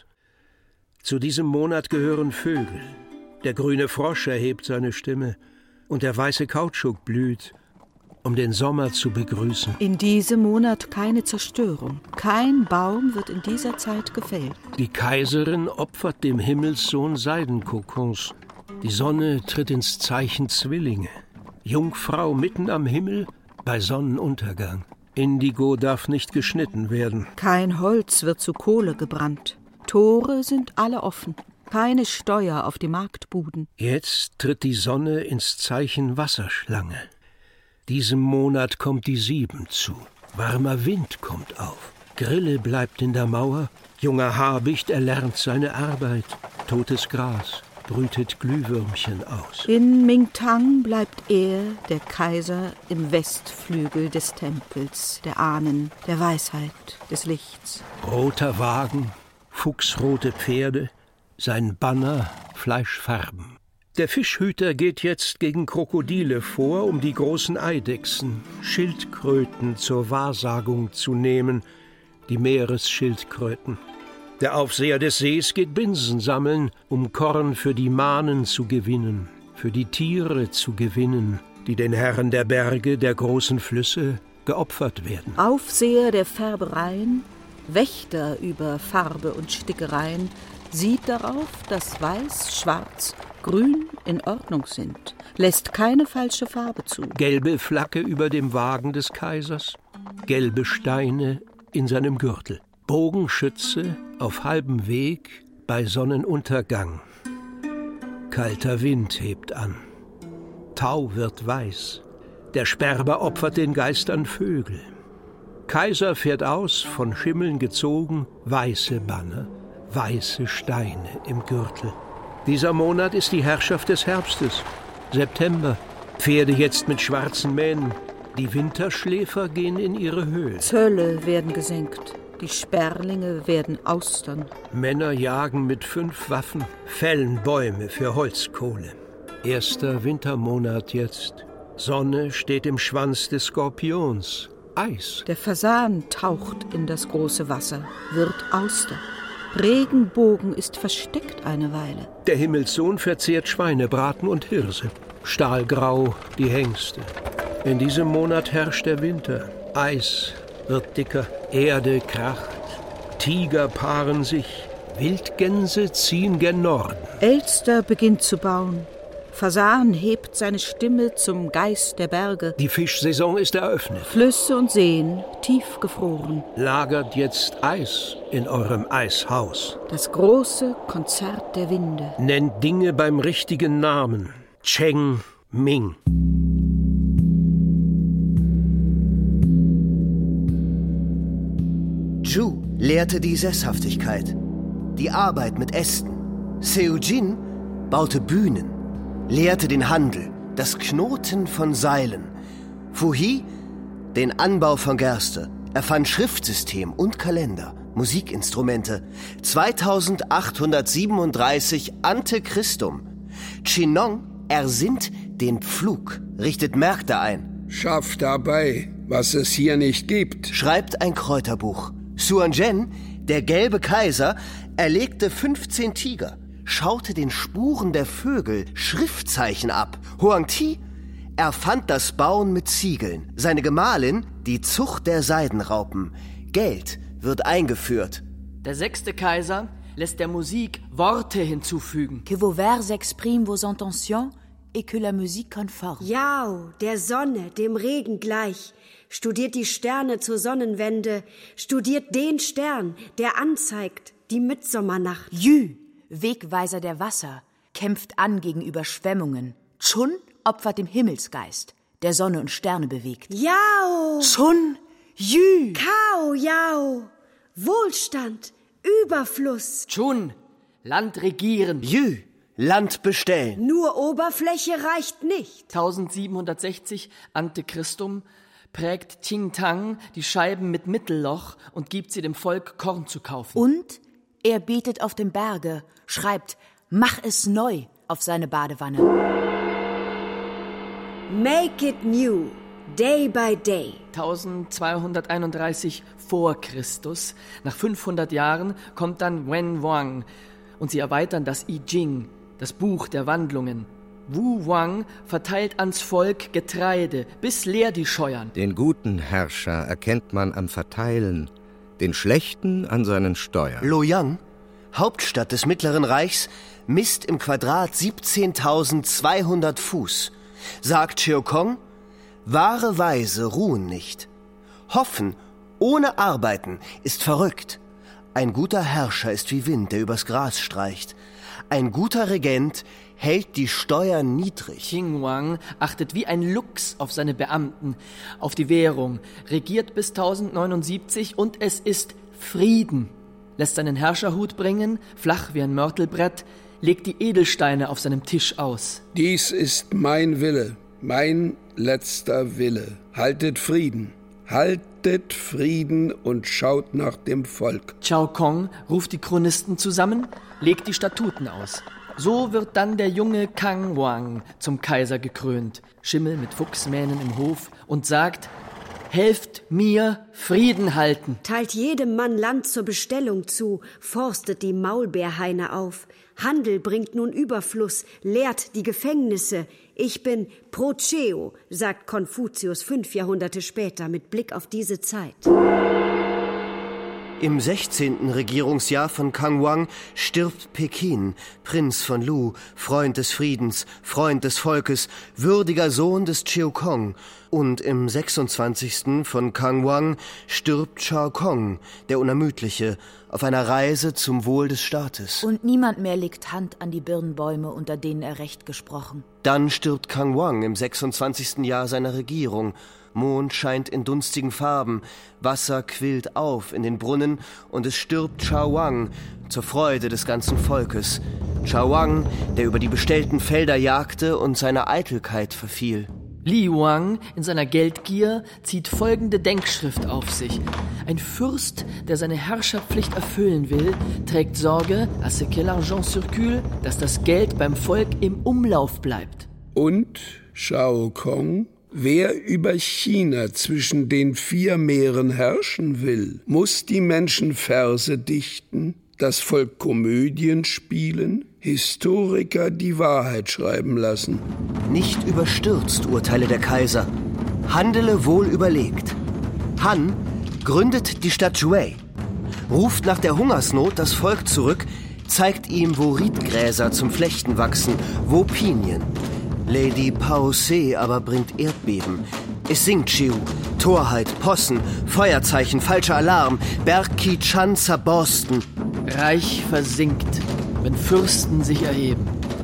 Zu diesem Monat gehören Vögel. Der grüne Frosch erhebt seine Stimme und der weiße Kautschuk blüht, um den Sommer zu begrüßen. In diesem Monat keine Zerstörung. Kein Baum wird in dieser Zeit gefällt. Die Kaiserin opfert dem Himmelssohn Seidenkokons. Die Sonne tritt ins Zeichen Zwillinge. Jungfrau mitten am Himmel bei Sonnenuntergang. Indigo darf nicht geschnitten werden. Kein Holz wird zu Kohle gebrannt. Tore sind alle offen. Keine Steuer auf die Marktbuden. Jetzt tritt die Sonne ins Zeichen Wasserschlange. Diesem Monat kommt die Sieben zu. Warmer Wind kommt auf. Grille bleibt in der Mauer. Junger Habicht erlernt seine Arbeit. Totes Gras brütet Glühwürmchen aus. In Mingtang bleibt er, der Kaiser, im Westflügel des Tempels, der Ahnen, der Weisheit, des Lichts. Roter Wagen, fuchsrote Pferde, sein Banner Fleischfarben. Der Fischhüter geht jetzt gegen Krokodile vor, um die großen Eidechsen, Schildkröten zur Wahrsagung zu nehmen, die Meeresschildkröten. Der Aufseher des Sees geht Binsen sammeln, um Korn für die Mahnen zu gewinnen, für die Tiere zu gewinnen, die den Herren der Berge, der großen Flüsse geopfert werden. Aufseher der Färbereien, Wächter über Farbe und Stickereien, sieht darauf, dass Weiß, Schwarz, Grün in Ordnung sind, lässt keine falsche Farbe zu. Gelbe Flagge über dem Wagen des Kaisers, gelbe Steine in seinem Gürtel. Bogenschütze auf halbem Weg bei Sonnenuntergang. Kalter Wind hebt an. Tau wird weiß. Der Sperber opfert den Geistern Vögel. Kaiser fährt aus, von Schimmeln gezogen, weiße Banner, weiße Steine im Gürtel. Dieser Monat ist die Herrschaft des Herbstes. September. Pferde jetzt mit schwarzen Mähnen. Die Winterschläfer gehen in ihre Höhlen. Zölle werden gesenkt. Die Sperlinge werden austern. Männer jagen mit fünf Waffen, fällen Bäume für Holzkohle. Erster Wintermonat jetzt. Sonne steht im Schwanz des Skorpions. Eis. Der Fasan taucht in das große Wasser, wird Auster. Regenbogen ist versteckt eine Weile. Der Himmelssohn verzehrt Schweinebraten und Hirse. Stahlgrau die Hengste. In diesem Monat herrscht der Winter. Eis wird dicker, Erde kracht, Tiger paaren sich, Wildgänse ziehen gen Norden. Elster beginnt zu bauen, Fasan hebt seine Stimme zum Geist der Berge. Die Fischsaison ist eröffnet. Flüsse und Seen tiefgefroren. Lagert jetzt Eis in eurem Eishaus. Das große Konzert der Winde. Nennt Dinge beim richtigen Namen. Cheng Ming. Zhu lehrte die Sesshaftigkeit, die Arbeit mit Ästen. Seo Jin baute Bühnen, lehrte den Handel, das Knoten von Seilen. Fu Hi den Anbau von Gerste, erfand Schriftsystem und Kalender, Musikinstrumente. zweitausendachthundertsiebenunddreißig ante Christum. Qinong ersinnt den Pflug, richtet Märkte ein. Schafft dabei, was es hier nicht gibt. Schreibt ein Kräuterbuch. Suan Zhen, der gelbe Kaiser, erlegte fünfzehn Tiger, schaute den Spuren der Vögel Schriftzeichen ab. Huang Ti erfand das Bauen mit Ziegeln. Seine Gemahlin die Zucht der Seidenraupen. Geld wird eingeführt. Der sechste Kaiser lässt der Musik Worte hinzufügen. Que vos vers expriment vos intentions et que la musique conforme. Yao, der Sonne, dem Regen gleich, studiert die Sterne zur Sonnenwende, studiert den Stern, der anzeigt die Mitsommernacht. Yu, Wegweiser der Wasser, kämpft an gegen Überschwemmungen. Chun opfert dem Himmelsgeist, der Sonne und Sterne bewegt. Yao! Chun, Yu! Kao, Yao! Wohlstand, Überfluss. Chun, Land regieren. Yu, Land bestellen. Nur Oberfläche reicht nicht. eintausendsiebenhundertsechzig ante Christum prägt Qing Tang die Scheiben mit Mittelloch und gibt sie dem Volk Korn zu kaufen. Und er betet auf dem Berge, schreibt, mach es neu auf seine Badewanne. Make it new, day by day. eintausendzweihunderteinunddreißig vor Christus. Nach fünfhundert Jahren kommt dann Wen Wang und sie erweitern das I Ching, das Buch der Wandlungen. Wu Wang verteilt ans Volk Getreide, bis leer die Scheuern. Den guten Herrscher erkennt man am Verteilen, den schlechten an seinen Steuern. Luoyang, Hauptstadt des Mittleren Reichs, misst im Quadrat siebzehntausendzweihundert Fuß. Sagt Cheokong, wahre Weise ruhen nicht. Hoffen ohne Arbeiten ist verrückt. Ein guter Herrscher ist wie Wind, der übers Gras streicht. Ein guter Regent hält die Steuern niedrig. Qing Wang achtet wie ein Luchs auf seine Beamten, auf die Währung, regiert bis tausendneunundsiebzig und es ist Frieden. Lässt seinen Herrscherhut bringen, flach wie ein Mörtelbrett, legt die Edelsteine auf seinem Tisch aus. Dies ist mein Wille, mein letzter Wille. Haltet Frieden, haltet Frieden und schaut nach dem Volk. Chao Kong ruft die Chronisten zusammen, legt die Statuten aus. So wird dann der junge Kang Wang zum Kaiser gekrönt, Schimmel mit Fuchsmähnen im Hof und sagt, helft mir Frieden halten. Teilt jedem Mann Land zur Bestellung zu, forstet die Maulbeerhaine auf. Handel bringt nun Überfluss, leert die Gefängnisse. Ich bin pro Cheo, sagt Konfuzius fünf Jahrhunderte später mit Blick auf diese Zeit. Im sechzehnten Regierungsjahr von Kang Wang stirbt Pekin, Prinz von Lu, Freund des Friedens, Freund des Volkes, würdiger Sohn des Cheokong. Und im sechsundzwanzigsten von Kang Wang stirbt Chao Kong, der Unermüdliche, auf einer Reise zum Wohl des Staates. Und niemand mehr legt Hand an die Birnbäume, unter denen er Recht gesprochen. Dann stirbt Kang Wang im sechsundzwanzigsten Jahr seiner Regierung. Mond scheint in dunstigen Farben, Wasser quillt auf in den Brunnen und es stirbt Chao Wang zur Freude des ganzen Volkes. Chao Wang, der über die bestellten Felder jagte und seiner Eitelkeit verfiel. Li Wang in seiner Geldgier zieht folgende Denkschrift auf sich. Ein Fürst, der seine Herrscherpflicht erfüllen will, trägt Sorge, à ce que l'argent circule, dass das Geld beim Volk im Umlauf bleibt. Und Chao Kong? Wer über China zwischen den vier Meeren herrschen will, muss die Menschen Verse dichten, das Volk Komödien spielen, Historiker die Wahrheit schreiben lassen. Nicht überstürzt, urteile der Kaiser. Handele wohl überlegt. Han gründet die Stadt Jue, ruft nach der Hungersnot das Volk zurück, zeigt ihm, wo Riedgräser zum Flechten wachsen, wo Pinien. Lady Pausee aber bringt Erdbeben. Es singt Chiu, Torheit, Possen, Feuerzeichen, falscher Alarm, Berg Ki-Chan zerborsten. Reich versinkt, wenn Fürsten sich erheben.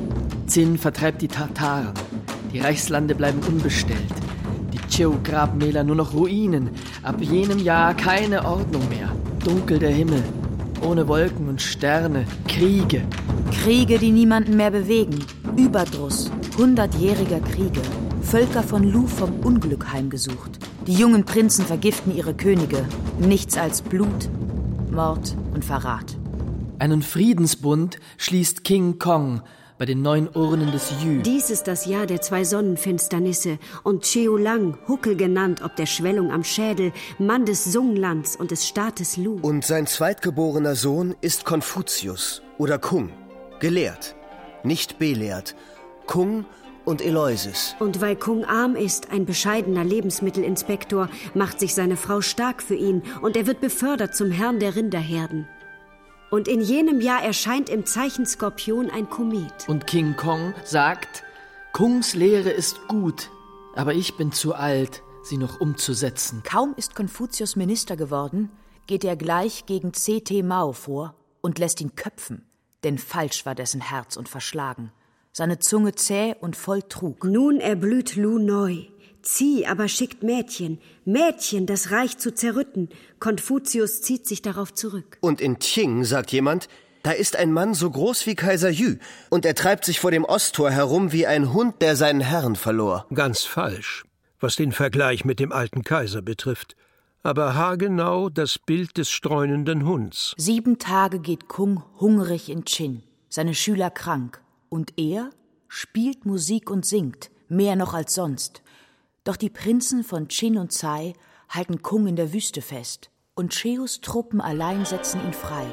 Zinn vertreibt die Tartaren, die Reichslande bleiben unbestellt. Die Chiu-Grabmäler nur noch Ruinen, ab jenem Jahr keine Ordnung mehr. Dunkel der Himmel, ohne Wolken und Sterne, Kriege. Kriege, die niemanden mehr bewegen. Überdruss, hundertjähriger Kriege. Völker von Lu vom Unglück heimgesucht. Die jungen Prinzen vergiften ihre Könige. Nichts als Blut, Mord und Verrat. Einen Friedensbund schließt King Kong bei den neun Urnen des Yü. Dies ist das Jahr der zwei Sonnenfinsternisse und Cheu Lang, Huckel genannt, ob der Schwellung am Schädel, Mann des Sunglands und des Staates Lu. Und sein zweitgeborener Sohn ist Konfuzius oder Kung, gelehrt, nicht belehrt, Kung und Eleusis. Und weil Kung arm ist, ein bescheidener Lebensmittelinspektor, macht sich seine Frau stark für ihn und er wird befördert zum Herrn der Rinderherden. Und in jenem Jahr erscheint im Zeichen Skorpion ein Komet. Und King Kong sagt, Kungs Lehre ist gut, aber ich bin zu alt, sie noch umzusetzen. Kaum ist Konfuzius Minister geworden, geht er gleich gegen C T Mao vor und lässt ihn köpfen, denn falsch war dessen Herz und verschlagen. Seine Zunge zäh und voll Trug. Nun erblüht Lu neu. Zi aber schickt Mädchen, Mädchen, das Reich zu zerrütten. Konfuzius zieht sich darauf zurück. Und in Qing sagt jemand, da ist ein Mann so groß wie Kaiser Yü und er treibt sich vor dem Osttor herum wie ein Hund, der seinen Herrn verlor. Ganz falsch, was den Vergleich mit dem alten Kaiser betrifft. Aber haargenau das Bild des streunenden Hunds. Sieben Tage geht Kung hungrig in Qin, seine Schüler krank. Und er spielt Musik und singt, mehr noch als sonst. Doch die Prinzen von Qin und Tsai halten Kung in der Wüste fest und Cheus Truppen allein setzen ihn frei.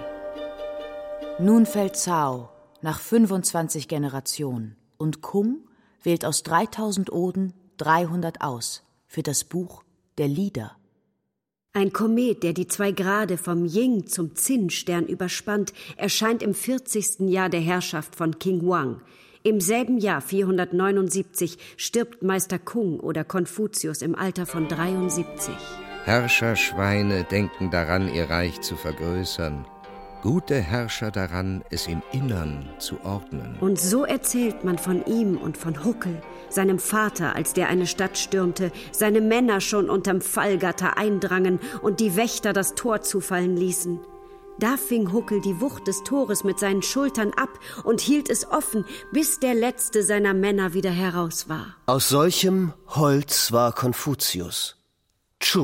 Nun fällt Cao nach fünfundzwanzig Generationen und Kung wählt aus dreitausend Oden dreihundert aus für das Buch der Lieder. Ein Komet, der die zwei Grade vom Ying zum Zinn-Stern überspannt, erscheint im vierzigsten Jahr der Herrschaft von King Wang. Im selben Jahr vierhundertneunundsiebzig stirbt Meister Kung oder Konfuzius im Alter von dreiundsiebzig. Herrscherschweine denken daran, ihr Reich zu vergrößern. Gute Herrscher daran, es im Innern zu ordnen. Und so erzählt man von ihm und von Huckel, seinem Vater, als der eine Stadt stürmte, seine Männer schon unterm Fallgatter eindrangen und die Wächter das Tor zufallen ließen. Da fing Huckel die Wucht des Tores mit seinen Schultern ab und hielt es offen, bis der letzte seiner Männer wieder heraus war. Aus solchem Holz war Konfuzius. Chu.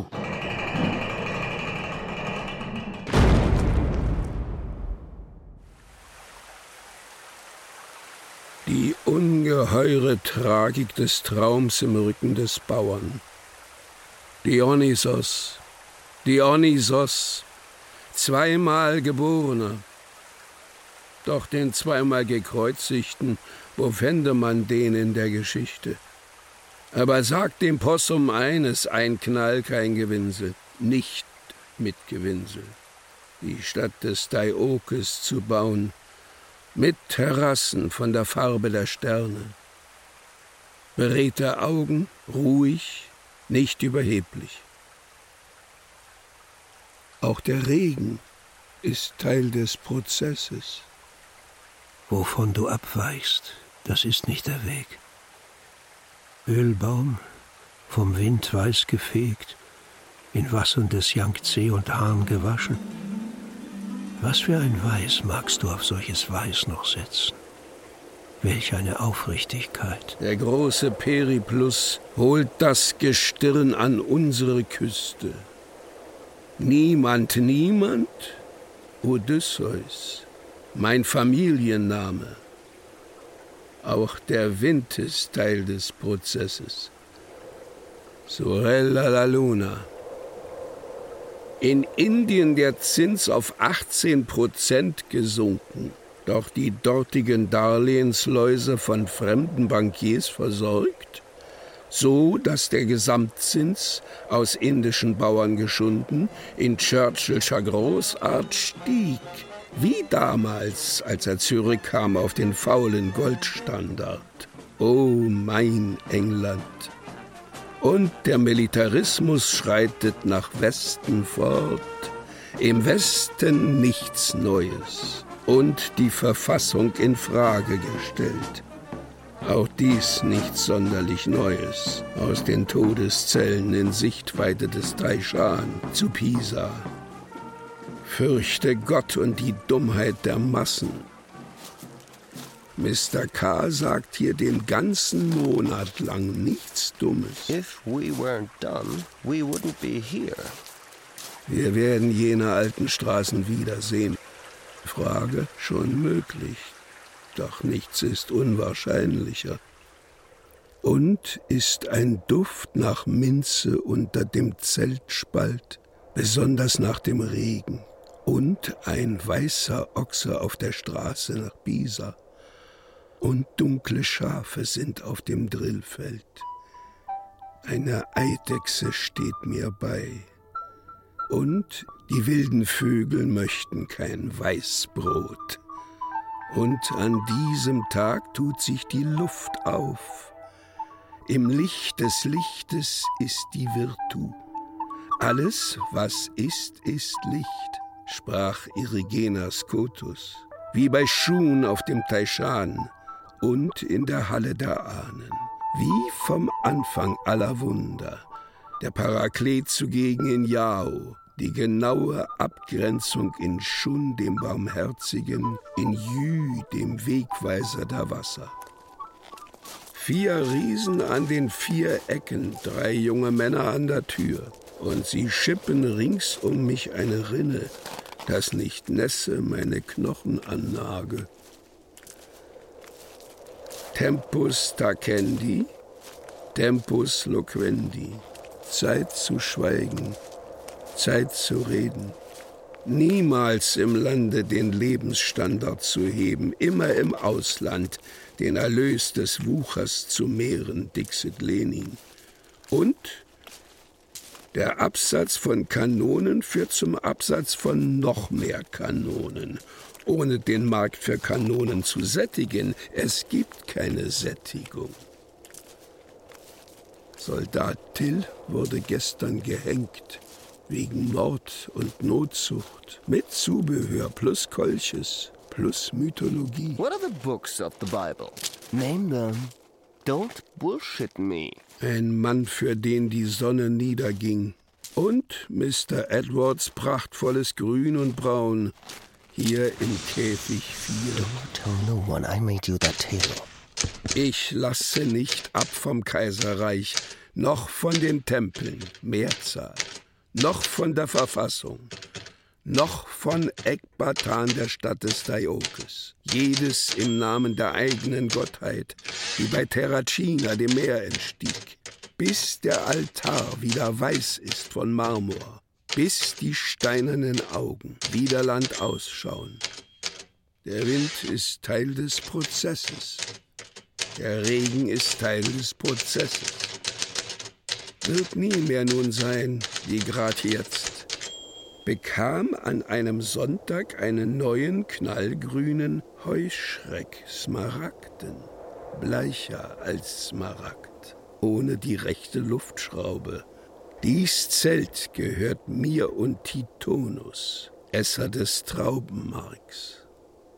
Die ungeheure Tragik des Traums im Rücken des Bauern. Dionysos, Dionysos, zweimal Geborener. Doch den zweimal Gekreuzigten, wo fände man den in der Geschichte? Aber sagt dem Possum eines, ein Knall, kein Gewinsel, nicht mit Gewinsel, die Stadt des Diokes zu bauen, mit Terrassen von der Farbe der Sterne. Beredte Augen, ruhig, nicht überheblich. Auch der Regen ist Teil des Prozesses. Wovon du abweichst, das ist nicht der Weg. Ölbaum, vom Wind weiß gefegt, in Wassern des Yangtze und Han gewaschen. Was für ein Weiß magst du auf solches Weiß noch setzen? Welch eine Aufrichtigkeit. Der große Periplus holt das Gestirn an unsere Küste. Niemand, niemand, Odysseus, mein Familienname. Auch der Wind ist Teil des Prozesses. Sorella la Luna. In Indien der Zins auf achtzehn Prozent gesunken, doch die dortigen Darlehensläuser von fremden Bankiers versorgt, so dass der Gesamtzins aus indischen Bauern geschunden in Churchillscher Großart stieg Wie damals, als er zurückkam auf den faulen Goldstandard. Oh, mein England! Und der Militarismus schreitet nach Westen fort. Im Westen nichts Neues. Und die Verfassung in Frage gestellt. Auch dies nichts sonderlich Neues. Aus den Todeszellen in Sichtweite des Taishan zu Pisa. Fürchte Gott und die Dummheit der Massen. Mister K. sagt hier den ganzen Monat lang nichts Dummes. If we weren't done, we wouldn't be here. Wir werden jene alten Straßen wiedersehen. Frage, schon möglich. Doch nichts ist unwahrscheinlicher. Und ist ein Duft nach Minze unter dem Zeltspalt, besonders nach dem Regen. Und ein weißer Ochse auf der Straße nach Pisa. Und dunkle Schafe sind auf dem Drillfeld. Eine Eidechse steht mir bei. Und die wilden Vögel möchten kein Weißbrot. Und an diesem Tag tut sich die Luft auf. Im Licht des Lichtes ist die Virtu. Alles, was ist, ist Licht, sprach Erigena Scotus, wie bei Shun auf dem Taishan und in der Halle der Ahnen, wie vom Anfang aller Wunder, der Paraklet zugegen in Yao, die genaue Abgrenzung in Shun, dem Barmherzigen, in Yu, dem Wegweiser der Wasser. Vier Riesen an den vier Ecken, drei junge Männer an der Tür, und sie schippen rings um mich eine Rinne, dass nicht Nässe meine Knochen annage. Tempus tacendi, tempus loquendi, Zeit zu schweigen, Zeit zu reden. Niemals im Lande den Lebensstandard zu heben, immer im Ausland den Erlös des Wuchers zu mehren, dixit Lenin. Und der Absatz von Kanonen führt zum Absatz von noch mehr Kanonen, ohne den Markt für Kanonen zu sättigen. Es gibt keine Sättigung. Soldat Till wurde gestern gehängt, wegen Mord und Notzucht, mit Zubehör plus Kolches, plus Mythologie. What are the books of the Bible? Name them. Don't bullshit me. Ein Mann, für den die Sonne niederging. Und Mister Edwards prachtvolles Grün und Braun, hier im Käfig vier. Don't tell no one I made you that tale. Ich lasse nicht ab vom Kaiserreich, noch von den Tempeln, Mehrzahl, noch von der Verfassung, noch von Ekbatan der Stadt des Diokes. Jedes im Namen der eigenen Gottheit, wie bei Terracina dem Meer entstieg, bis der Altar wieder weiß ist von Marmor, bis die steinernen Augen wieder Land ausschauen. Der Wind ist Teil des Prozesses. Der Regen ist Teil des Prozesses. Wird nie mehr nun sein, wie grad jetzt. Bekam an einem Sonntag einen neuen knallgrünen Heuschreck, Smaragden, bleicher als Smaragd, ohne die rechte Luftschraube. Dies Zelt gehört mir und Titonus, Esser des Traubenmarks.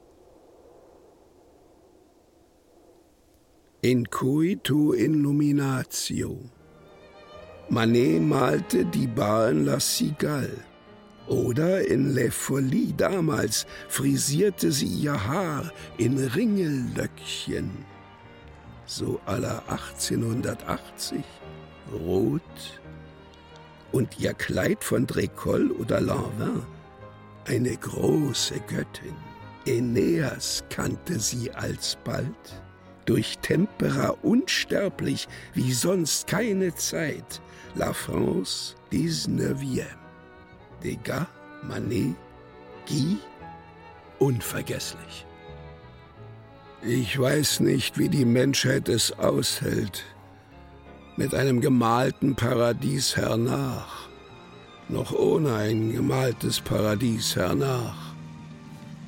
In coitu illuminatio. Manet malte die Baren La Cigale. Oder in Les Folies damals frisierte sie ihr Haar in Ringellöckchen. So à la achtzehnhundertachtzig, rot. Und ihr Kleid von Drécolle oder Lanvin, eine große Göttin. Aeneas kannte sie alsbald. Durch Tempera unsterblich wie sonst keine Zeit. La France dix-neuvième. Degas, Manet, Guy, unvergesslich. Ich weiß nicht, wie die Menschheit es aushält, mit einem gemalten Paradies hernach, noch ohne ein gemaltes Paradies hernach.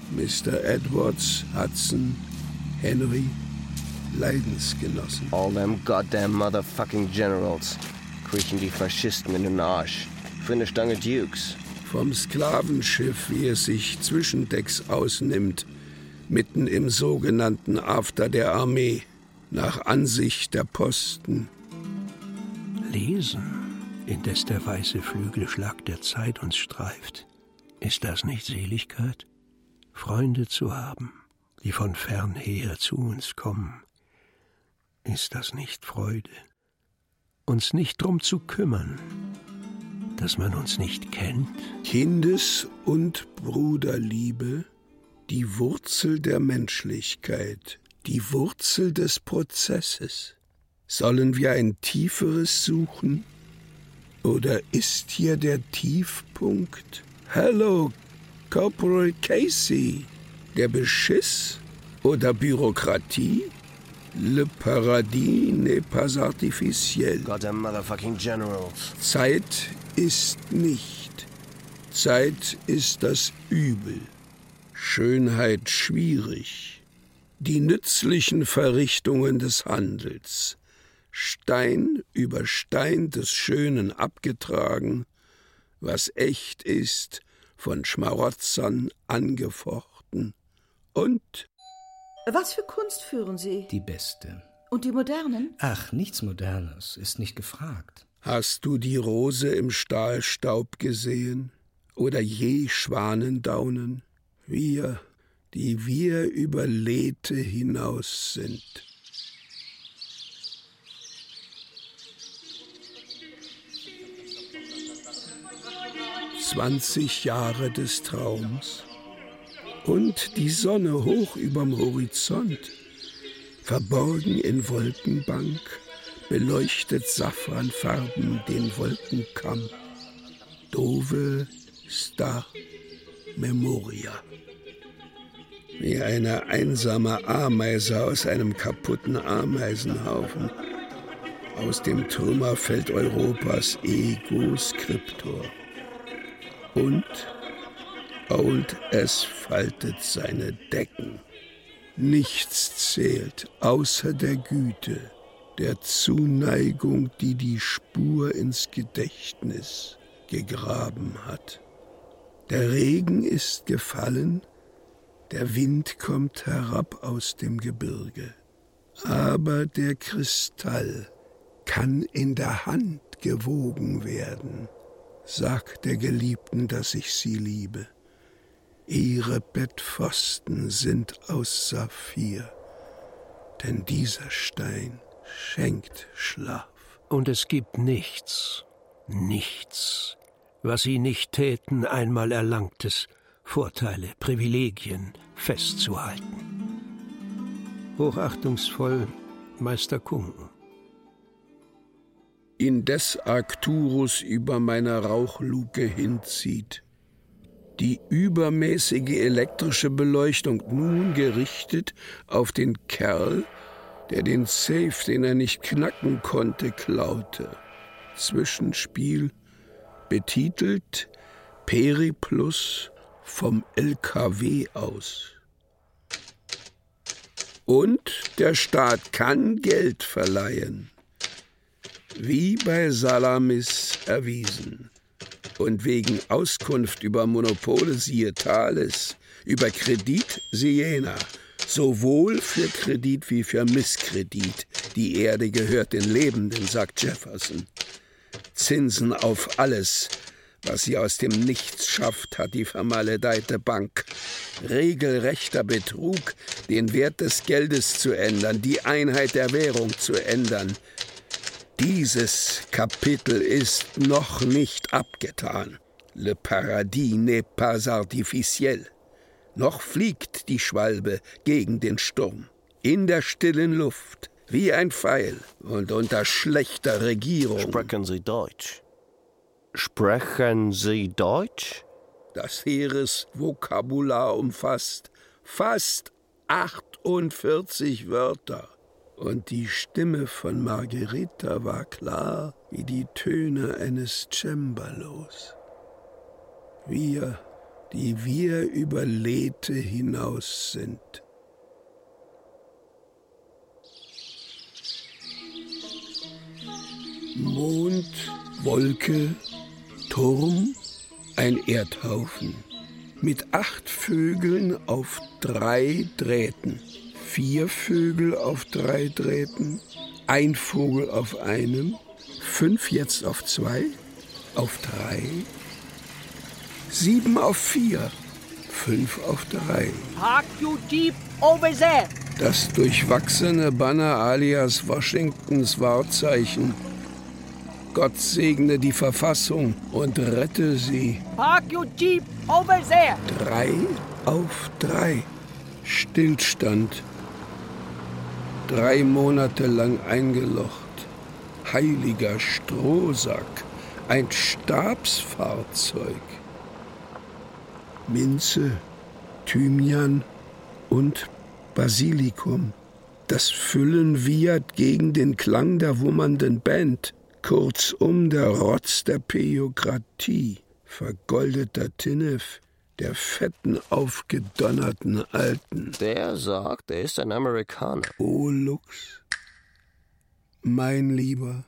Mister Edwards, Hudson, Henry, Leidensgenossen. All them goddamn motherfucking Generals kriechen die Faschisten in den Arsch. Für eine Stange Dukes. Vom Sklavenschiff, wie es sich zwischendecks ausnimmt, mitten im sogenannten After der Armee, nach Ansicht der Posten. Lesen, indes der weiße Flügelschlag der Zeit uns streift. Ist das nicht Seligkeit? Freunde zu haben, die von fernher zu uns kommen. Ist das nicht Freude? Uns nicht drum zu kümmern, dass man uns nicht kennt? Kindes- und Bruderliebe, die Wurzel der Menschlichkeit, die Wurzel des Prozesses. Sollen wir ein tieferes suchen? Oder ist hier der Tiefpunkt? Hello, Corporal Casey. Der Beschiss oder Bürokratie? Le paradis n'est pas artificiel. Goddamn motherfucking Generals. Zeit ist nicht. Zeit ist das Übel. Schönheit schwierig. Die nützlichen Verrichtungen des Handels. Stein über Stein des Schönen abgetragen, was echt ist, von Schmarotzern angefochten. Und? Was für Kunst führen Sie? Die beste. Und die modernen? Ach, nichts Modernes, ist nicht gefragt. Hast du die Rose im Stahlstaub gesehen? Oder je Schwanendaunen? Wir, die wir über Lethe hinaus sind. Zwanzig Jahre des Traums und die Sonne hoch überm Horizont, verborgen in Wolkenbank, beleuchtet Safranfarben den Wolkenkamm. Dove sta memoria. Wie eine einsame Ameise aus einem kaputten Ameisenhaufen, aus dem Trümmerfeld Europas Ego Scriptor. Und Old S faltet seine Decken. Nichts zählt außer der Güte, der Zuneigung, die die Spur ins Gedächtnis gegraben hat. Der Regen ist gefallen, der Wind kommt herab aus dem Gebirge. Aber der Kristall kann in der Hand gewogen werden. Sag der Geliebten, dass ich sie liebe. Ihre Bettpfosten sind aus Saphir, denn dieser Stein schenkt Schlaf. Und es gibt nichts, nichts, was sie nicht täten, einmal Erlangtes, Vorteile, Privilegien festzuhalten. Hochachtungsvoll Meister Kunken. Indes Arcturus über meiner Rauchluke hinzieht, die übermäßige elektrische Beleuchtung nun gerichtet auf den Kerl, der den Safe, den er nicht knacken konnte, klaute. Zwischenspiel betitelt Periplus vom L K W aus. Und der Staat kann Geld verleihen, wie bei Salamis erwiesen. Und wegen Auskunft über Monopole siehe Thales, über Kredit Siena, sowohl für Kredit wie für Misskredit. Die Erde gehört den Lebenden, sagt Jefferson. Zinsen auf alles, was sie aus dem Nichts schafft, hat die vermaledeite Bank. Regelrechter Betrug, den Wert des Geldes zu ändern, die Einheit der Währung zu ändern. Dieses Kapitel ist noch nicht abgetan. Le paradis n'est pas artificiel. Noch fliegt die Schwalbe gegen den Sturm. In der stillen Luft, wie ein Pfeil und unter schlechter Regierung. Sprechen Sie Deutsch? Sprechen Sie Deutsch? Das Heeresvokabular umfasst fast achtundvierzig Wörter. Und die Stimme von Margherita war klar wie die Töne eines Cembalos. Wir, die wir über Lethe hinaus sind. Mond, Wolke, Turm, ein Erdhaufen mit acht Vögeln auf drei Drähten, vier Vögel auf drei Drähten, ein Vogel auf einem, fünf jetzt auf zwei, auf drei, sieben auf vier, fünf auf drei. Park you jeep over there. Das durchwachsene Banner alias Washingtons Wahrzeichen. Gott segne die Verfassung und rette sie. Park your jeep over there. Drei auf drei. Stillstand. Drei Monate lang eingelocht. Heiliger Strohsack. Ein Stabsfahrzeug. Minze, Thymian und Basilikum. Das Füllen wiehert gegen den Klang der wummernden Band. Kurzum der Rotz der Peokratie, vergoldeter Tinnef, der fetten, aufgedonnerten Alten. Der sagt, er ist ein Amerikaner. O Lux, mein Lieber,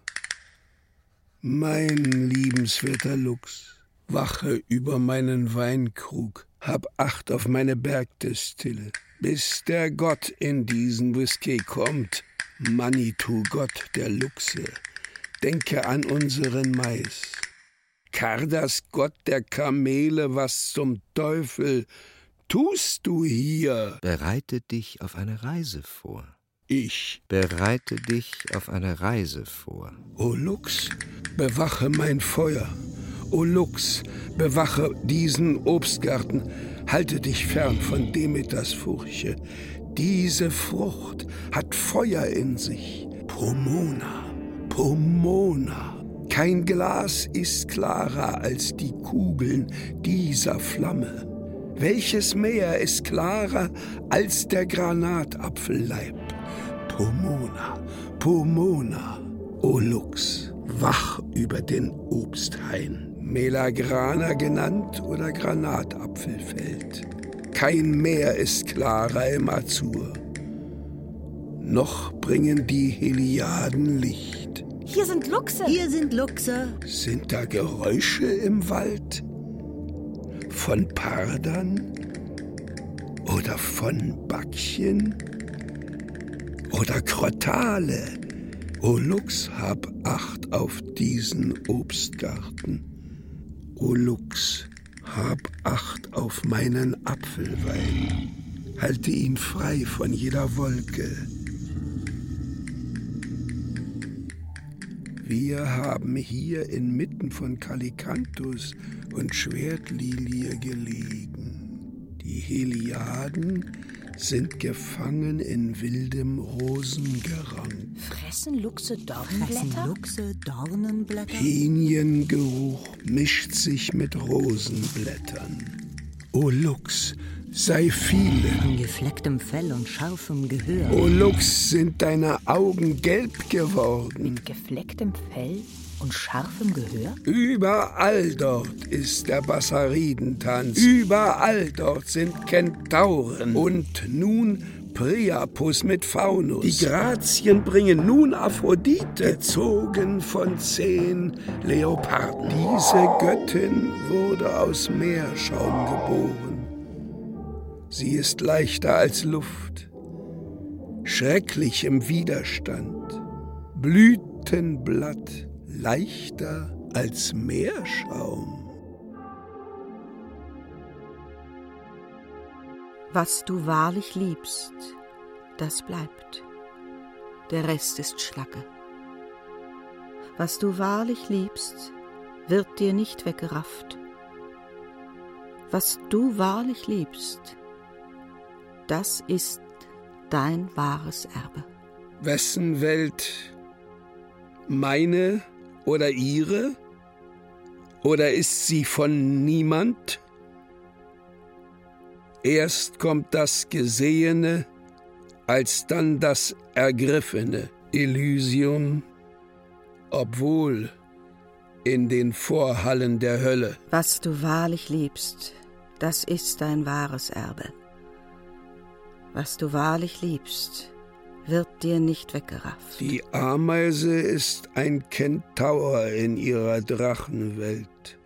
mein liebenswerter Lux, wache über meinen Weinkrug, hab Acht auf meine Bergdestille, bis der Gott in diesen Whisky kommt, Manitou-Gott der Luchse. Denke an unseren Mais. Kardas Gott der Kamele, was zum Teufel tust du hier? Bereite dich auf eine Reise vor. Ich? Bereite dich auf eine Reise vor. O Lux, bewache mein Feuer. O Lux, bewache diesen Obstgarten. Halte dich fern von Demeters Furche. Diese Frucht hat Feuer in sich. Pomona. Pomona. Kein Glas ist klarer als die Kugeln dieser Flamme. Welches Meer ist klarer als der Granatapfelleib? Pomona, Pomona. O Lux, wach über den Obsthain. Melagrana genannt oder Granatapfelfeld. Kein Meer ist klarer im Azur. Noch bringen die Heliaden Licht. Hier sind Luchse. Hier sind Luchse. Sind da Geräusche im Wald? Von Pardern? Oder von Backchen? Oder Krotale? O Lux, hab Acht auf diesen Obstgarten. O Lux, hab Acht auf meinen Apfelwein. Halte ihn frei von jeder Wolke. Wir haben hier inmitten von Kalikanthus und Schwertlilie gelegen. Die Heliaden sind gefangen in wildem Rosengerang. Fressen Luchse Dornenblätter? Fressen Luchse Dornenblätter? Piniengeruch mischt sich mit Rosenblättern. O Lux, sei viele. Von geflecktem Fell und scharfem Gehör. O Lux, sind deine Augen gelb geworden. Mit geflecktem Fell und scharfem Gehör? Überall dort ist der Bassaridentanz. Überall dort sind Kentauren. Und nun Priapus mit Faunus. Die Grazien bringen nun Aphrodite, gezogen von zehn Leoparden. Diese Göttin wurde aus Meerschaum geboren. Sie ist leichter als Luft, schrecklich im Widerstand, Blütenblatt leichter als Meerschaum. Was du wahrlich liebst, das bleibt, der Rest ist Schlacke. Was du wahrlich liebst, wird dir nicht weggerafft. Was du wahrlich liebst, das ist dein wahres Erbe. Wessen Welt? Meine oder ihre? Oder ist sie von niemand? Erst kommt das Gesehene, alsdann das Ergriffene. Elysium, obwohl in den Vorhallen der Hölle. Was du wahrlich liebst, das ist dein wahres Erbe. Was du wahrlich liebst, wird dir nicht weggerafft. Die Ameise ist ein Kentaur in ihrer Drachenwelt.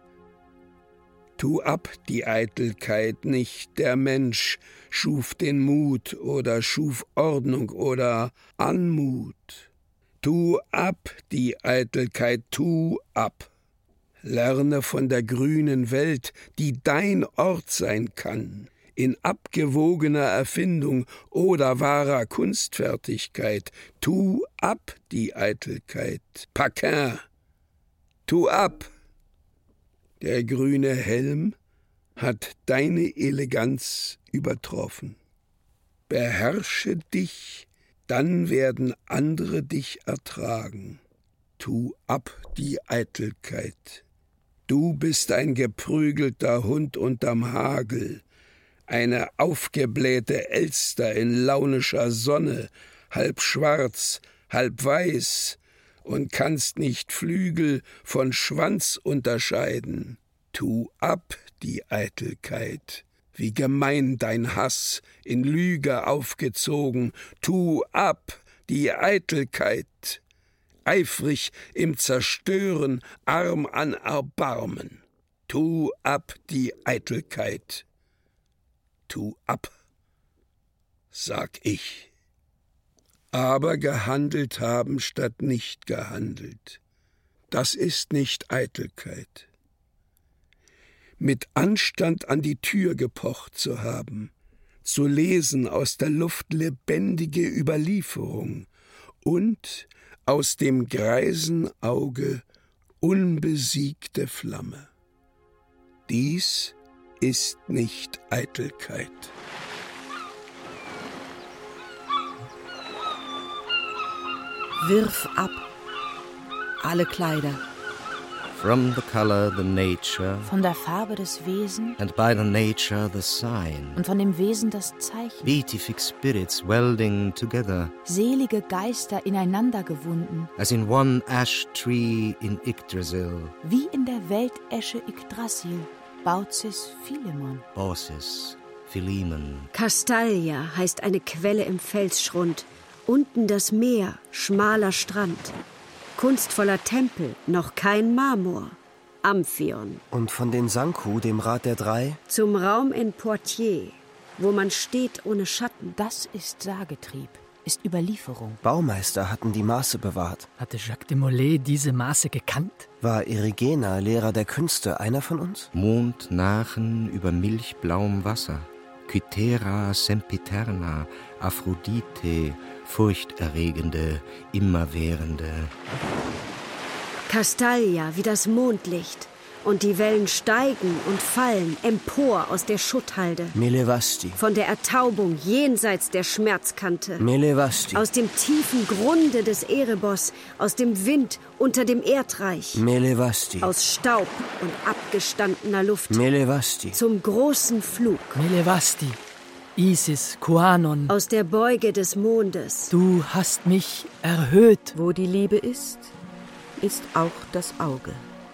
Tu ab die Eitelkeit, nicht der Mensch schuf den Mut oder schuf Ordnung oder Anmut. Tu ab die Eitelkeit, tu ab. Lerne von der grünen Welt, die dein Ort sein kann, in abgewogener Erfindung oder wahrer Kunstfertigkeit. Tu ab die Eitelkeit, Paquin, tu ab. Der grüne Helm hat deine Eleganz übertroffen. Beherrsche dich, dann werden andere dich ertragen. Tu ab die Eitelkeit. Du bist ein geprügelter Hund unterm Hagel, eine aufgeblähte Elster in launischer Sonne, halb schwarz, halb weiß, und kannst nicht Flügel von Schwanz unterscheiden. Tu ab die Eitelkeit, wie gemein dein Hass, in Lüge aufgezogen. Tu ab die Eitelkeit, eifrig im Zerstören, arm an Erbarmen. Tu ab die Eitelkeit, tu ab, sag ich. Aber gehandelt haben statt nicht gehandelt, das ist nicht Eitelkeit. Mit Anstand an die Tür gepocht zu haben, zu lesen aus der Luft lebendige Überlieferung und aus dem greisen Auge unbesiegte Flamme. Dies ist nicht Eitelkeit. Wirf ab alle Kleider. From the color the nature, Von der Farbe des Wesen and by the nature the sign. und von dem Wesen das Zeichen. Beatific spirits welding together, Selige Geister ineinander gewunden, as in one ash tree in Yggdrasil, wie in der Weltesche Yggdrasil, Baucis Philemon. Baucis Philemon. Castalia heißt eine Quelle im Felsschrund. Unten das Meer, schmaler Strand. Kunstvoller Tempel, noch kein Marmor. Amphion. Und von den Sanku, dem Rat der Drei? Zum Raum in Poitiers, wo man steht ohne Schatten. Das ist Sagetrieb, ist Überlieferung. Baumeister hatten die Maße bewahrt. Hatte Jacques de Molay diese Maße gekannt? War Erigena, Lehrer der Künste, einer von uns? Mond nachen über milchblauem Wasser. Cythera sempiterna, Aphrodite, furchterregende, immerwährende. Castalia wie das Mondlicht. Und die Wellen steigen und fallen empor aus der Schutthalde. Melevasti. Von der Ertaubung jenseits der Schmerzkante. Melevasti. Aus dem tiefen Grunde des Erebos, aus dem Wind unter dem Erdreich. Melevasti. Aus Staub und abgestandener Luft. Melevasti. Zum großen Flug. Melevasti, Isis, Kuanon. Aus der Beuge des Mondes. Du hast mich erhöht. Wo die Liebe ist, ist auch das Auge.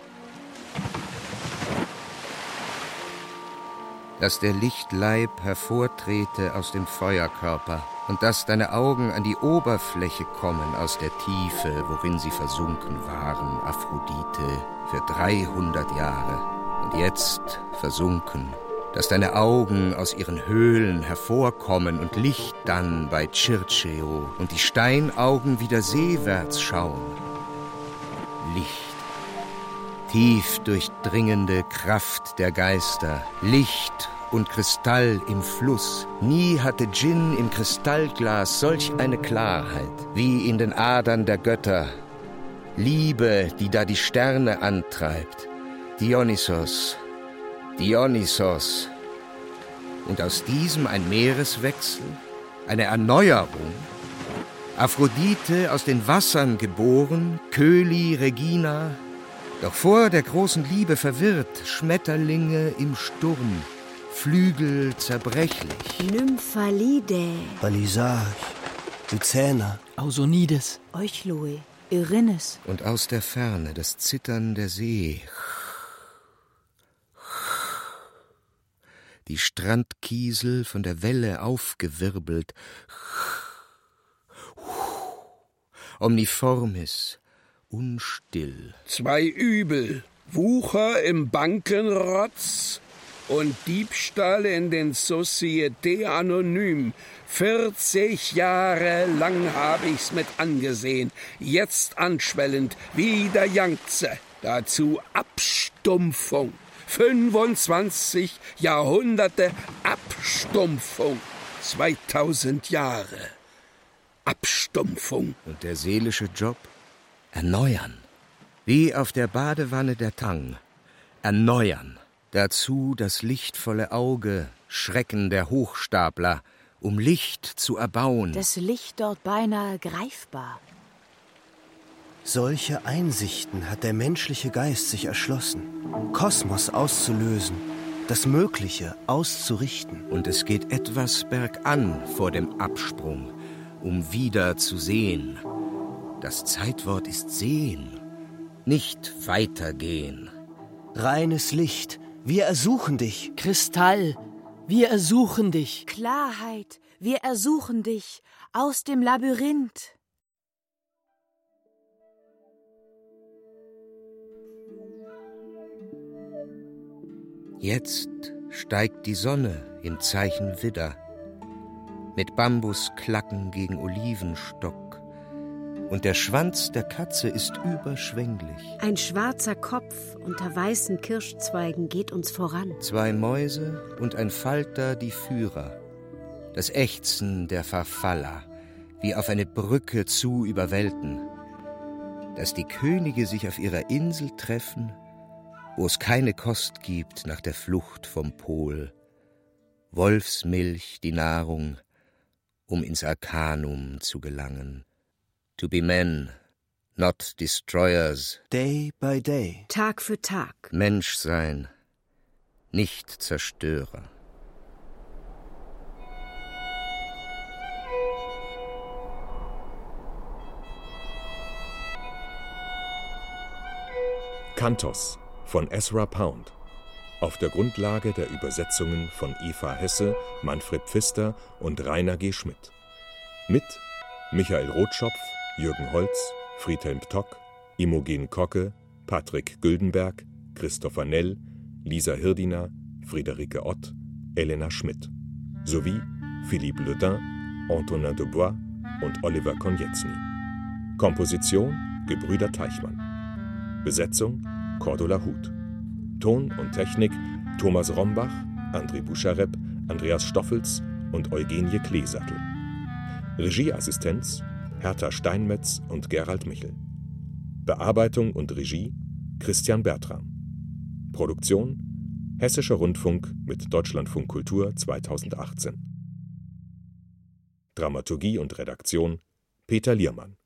Dass der Lichtleib hervortrete aus dem Feuerkörper und dass deine Augen an die Oberfläche kommen aus der Tiefe, worin sie versunken waren, Aphrodite, für dreihundert Jahre und jetzt versunken. Dass deine Augen aus ihren Höhlen hervorkommen und Licht dann bei Circeo und die Steinaugen wieder seewärts schauen. Licht. Tief durchdringende Kraft der Geister, Licht und Kristall im Fluss. Nie hatte Djinn im Kristallglas solch eine Klarheit, wie in den Adern der Götter. Liebe, die da die Sterne antreibt. Dionysos, Dionysos. Und aus diesem ein Meereswechsel, eine Erneuerung. Aphrodite aus den Wassern geboren, Köli, Regina. Doch vor der großen Liebe verwirrt, Schmetterlinge im Sturm, Flügel zerbrechlich. Nymphalide. Balisarch, Lycäna, Ausonides, Euchloe, Erinnes. Und aus der Ferne das Zittern der See. die Strandkiesel von der Welle aufgewirbelt. Omniformis, unstill. Zwei Übel, Wucher im Bankenrotz und Diebstahl in den Société Anonyme. Vierzig Jahre lang habe ich's mit angesehen, jetzt anschwellend wie der Yangtze. Dazu Abstumpfung. fünfundzwanzig Jahrhunderte Abstumpfung. zweitausend Jahre Abstumpfung. Und der seelische Job? Erneuern. Wie auf der Badewanne der Tang. Erneuern. Dazu das lichtvolle Auge, Schrecken der Hochstapler, um Licht zu erbauen. Das Licht dort beinahe greifbar. Solche Einsichten hat der menschliche Geist sich erschlossen. Kosmos auszulösen, das Mögliche auszurichten. Und es geht etwas bergan vor dem Absprung, um wieder zu sehen. Das Zeitwort ist sehen, nicht weitergehen. Reines Licht, wir ersuchen dich. Kristall, wir ersuchen dich. Klarheit, wir ersuchen dich aus dem Labyrinth. Jetzt steigt die Sonne im Zeichen Widder, mit Bambusklacken gegen Olivenstock, und der Schwanz der Katze ist überschwänglich. Ein schwarzer Kopf unter weißen Kirschzweigen geht uns voran. Zwei Mäuse und ein Falter die Führer, das Ächzen der Verfaller, wie auf eine Brücke zu über Welten, dass die Könige sich auf ihrer Insel treffen, wo es keine Kost gibt nach der Flucht vom Pol, Wolfsmilch die Nahrung, um ins Arkanum zu gelangen. To be men, not destroyers. Day by day. Tag für Tag. Mensch sein, nicht Zerstörer. Cantos von Ezra Pound, auf der Grundlage der Übersetzungen von Eva Hesse, Manfred Pfister und Rainer G. Schmidt. Mit Michael Rotschopf, Jürgen Holz, Friedhelm Ptock, Imogen Kocke, Patrick Güldenberg, Christopher Nell, Lisa Hirdiner, Friederike Ott, Elena Schmidt sowie Philippe Ledin, Antonin Dubois und Oliver Konietzny. Komposition Gebrüder Teichmann. Besetzung Cordula Huth. Ton und Technik Thomas Rombach, André Buscharep, Andreas Stoffels und Eugenie Kleesattel. Regieassistenz Hertha Steinmetz und Gerald Michel. Bearbeitung und Regie Christian Bertram. Produktion Hessischer Rundfunk mit Deutschlandfunk Kultur zweitausendachtzehn. Dramaturgie und Redaktion Peter Liermann.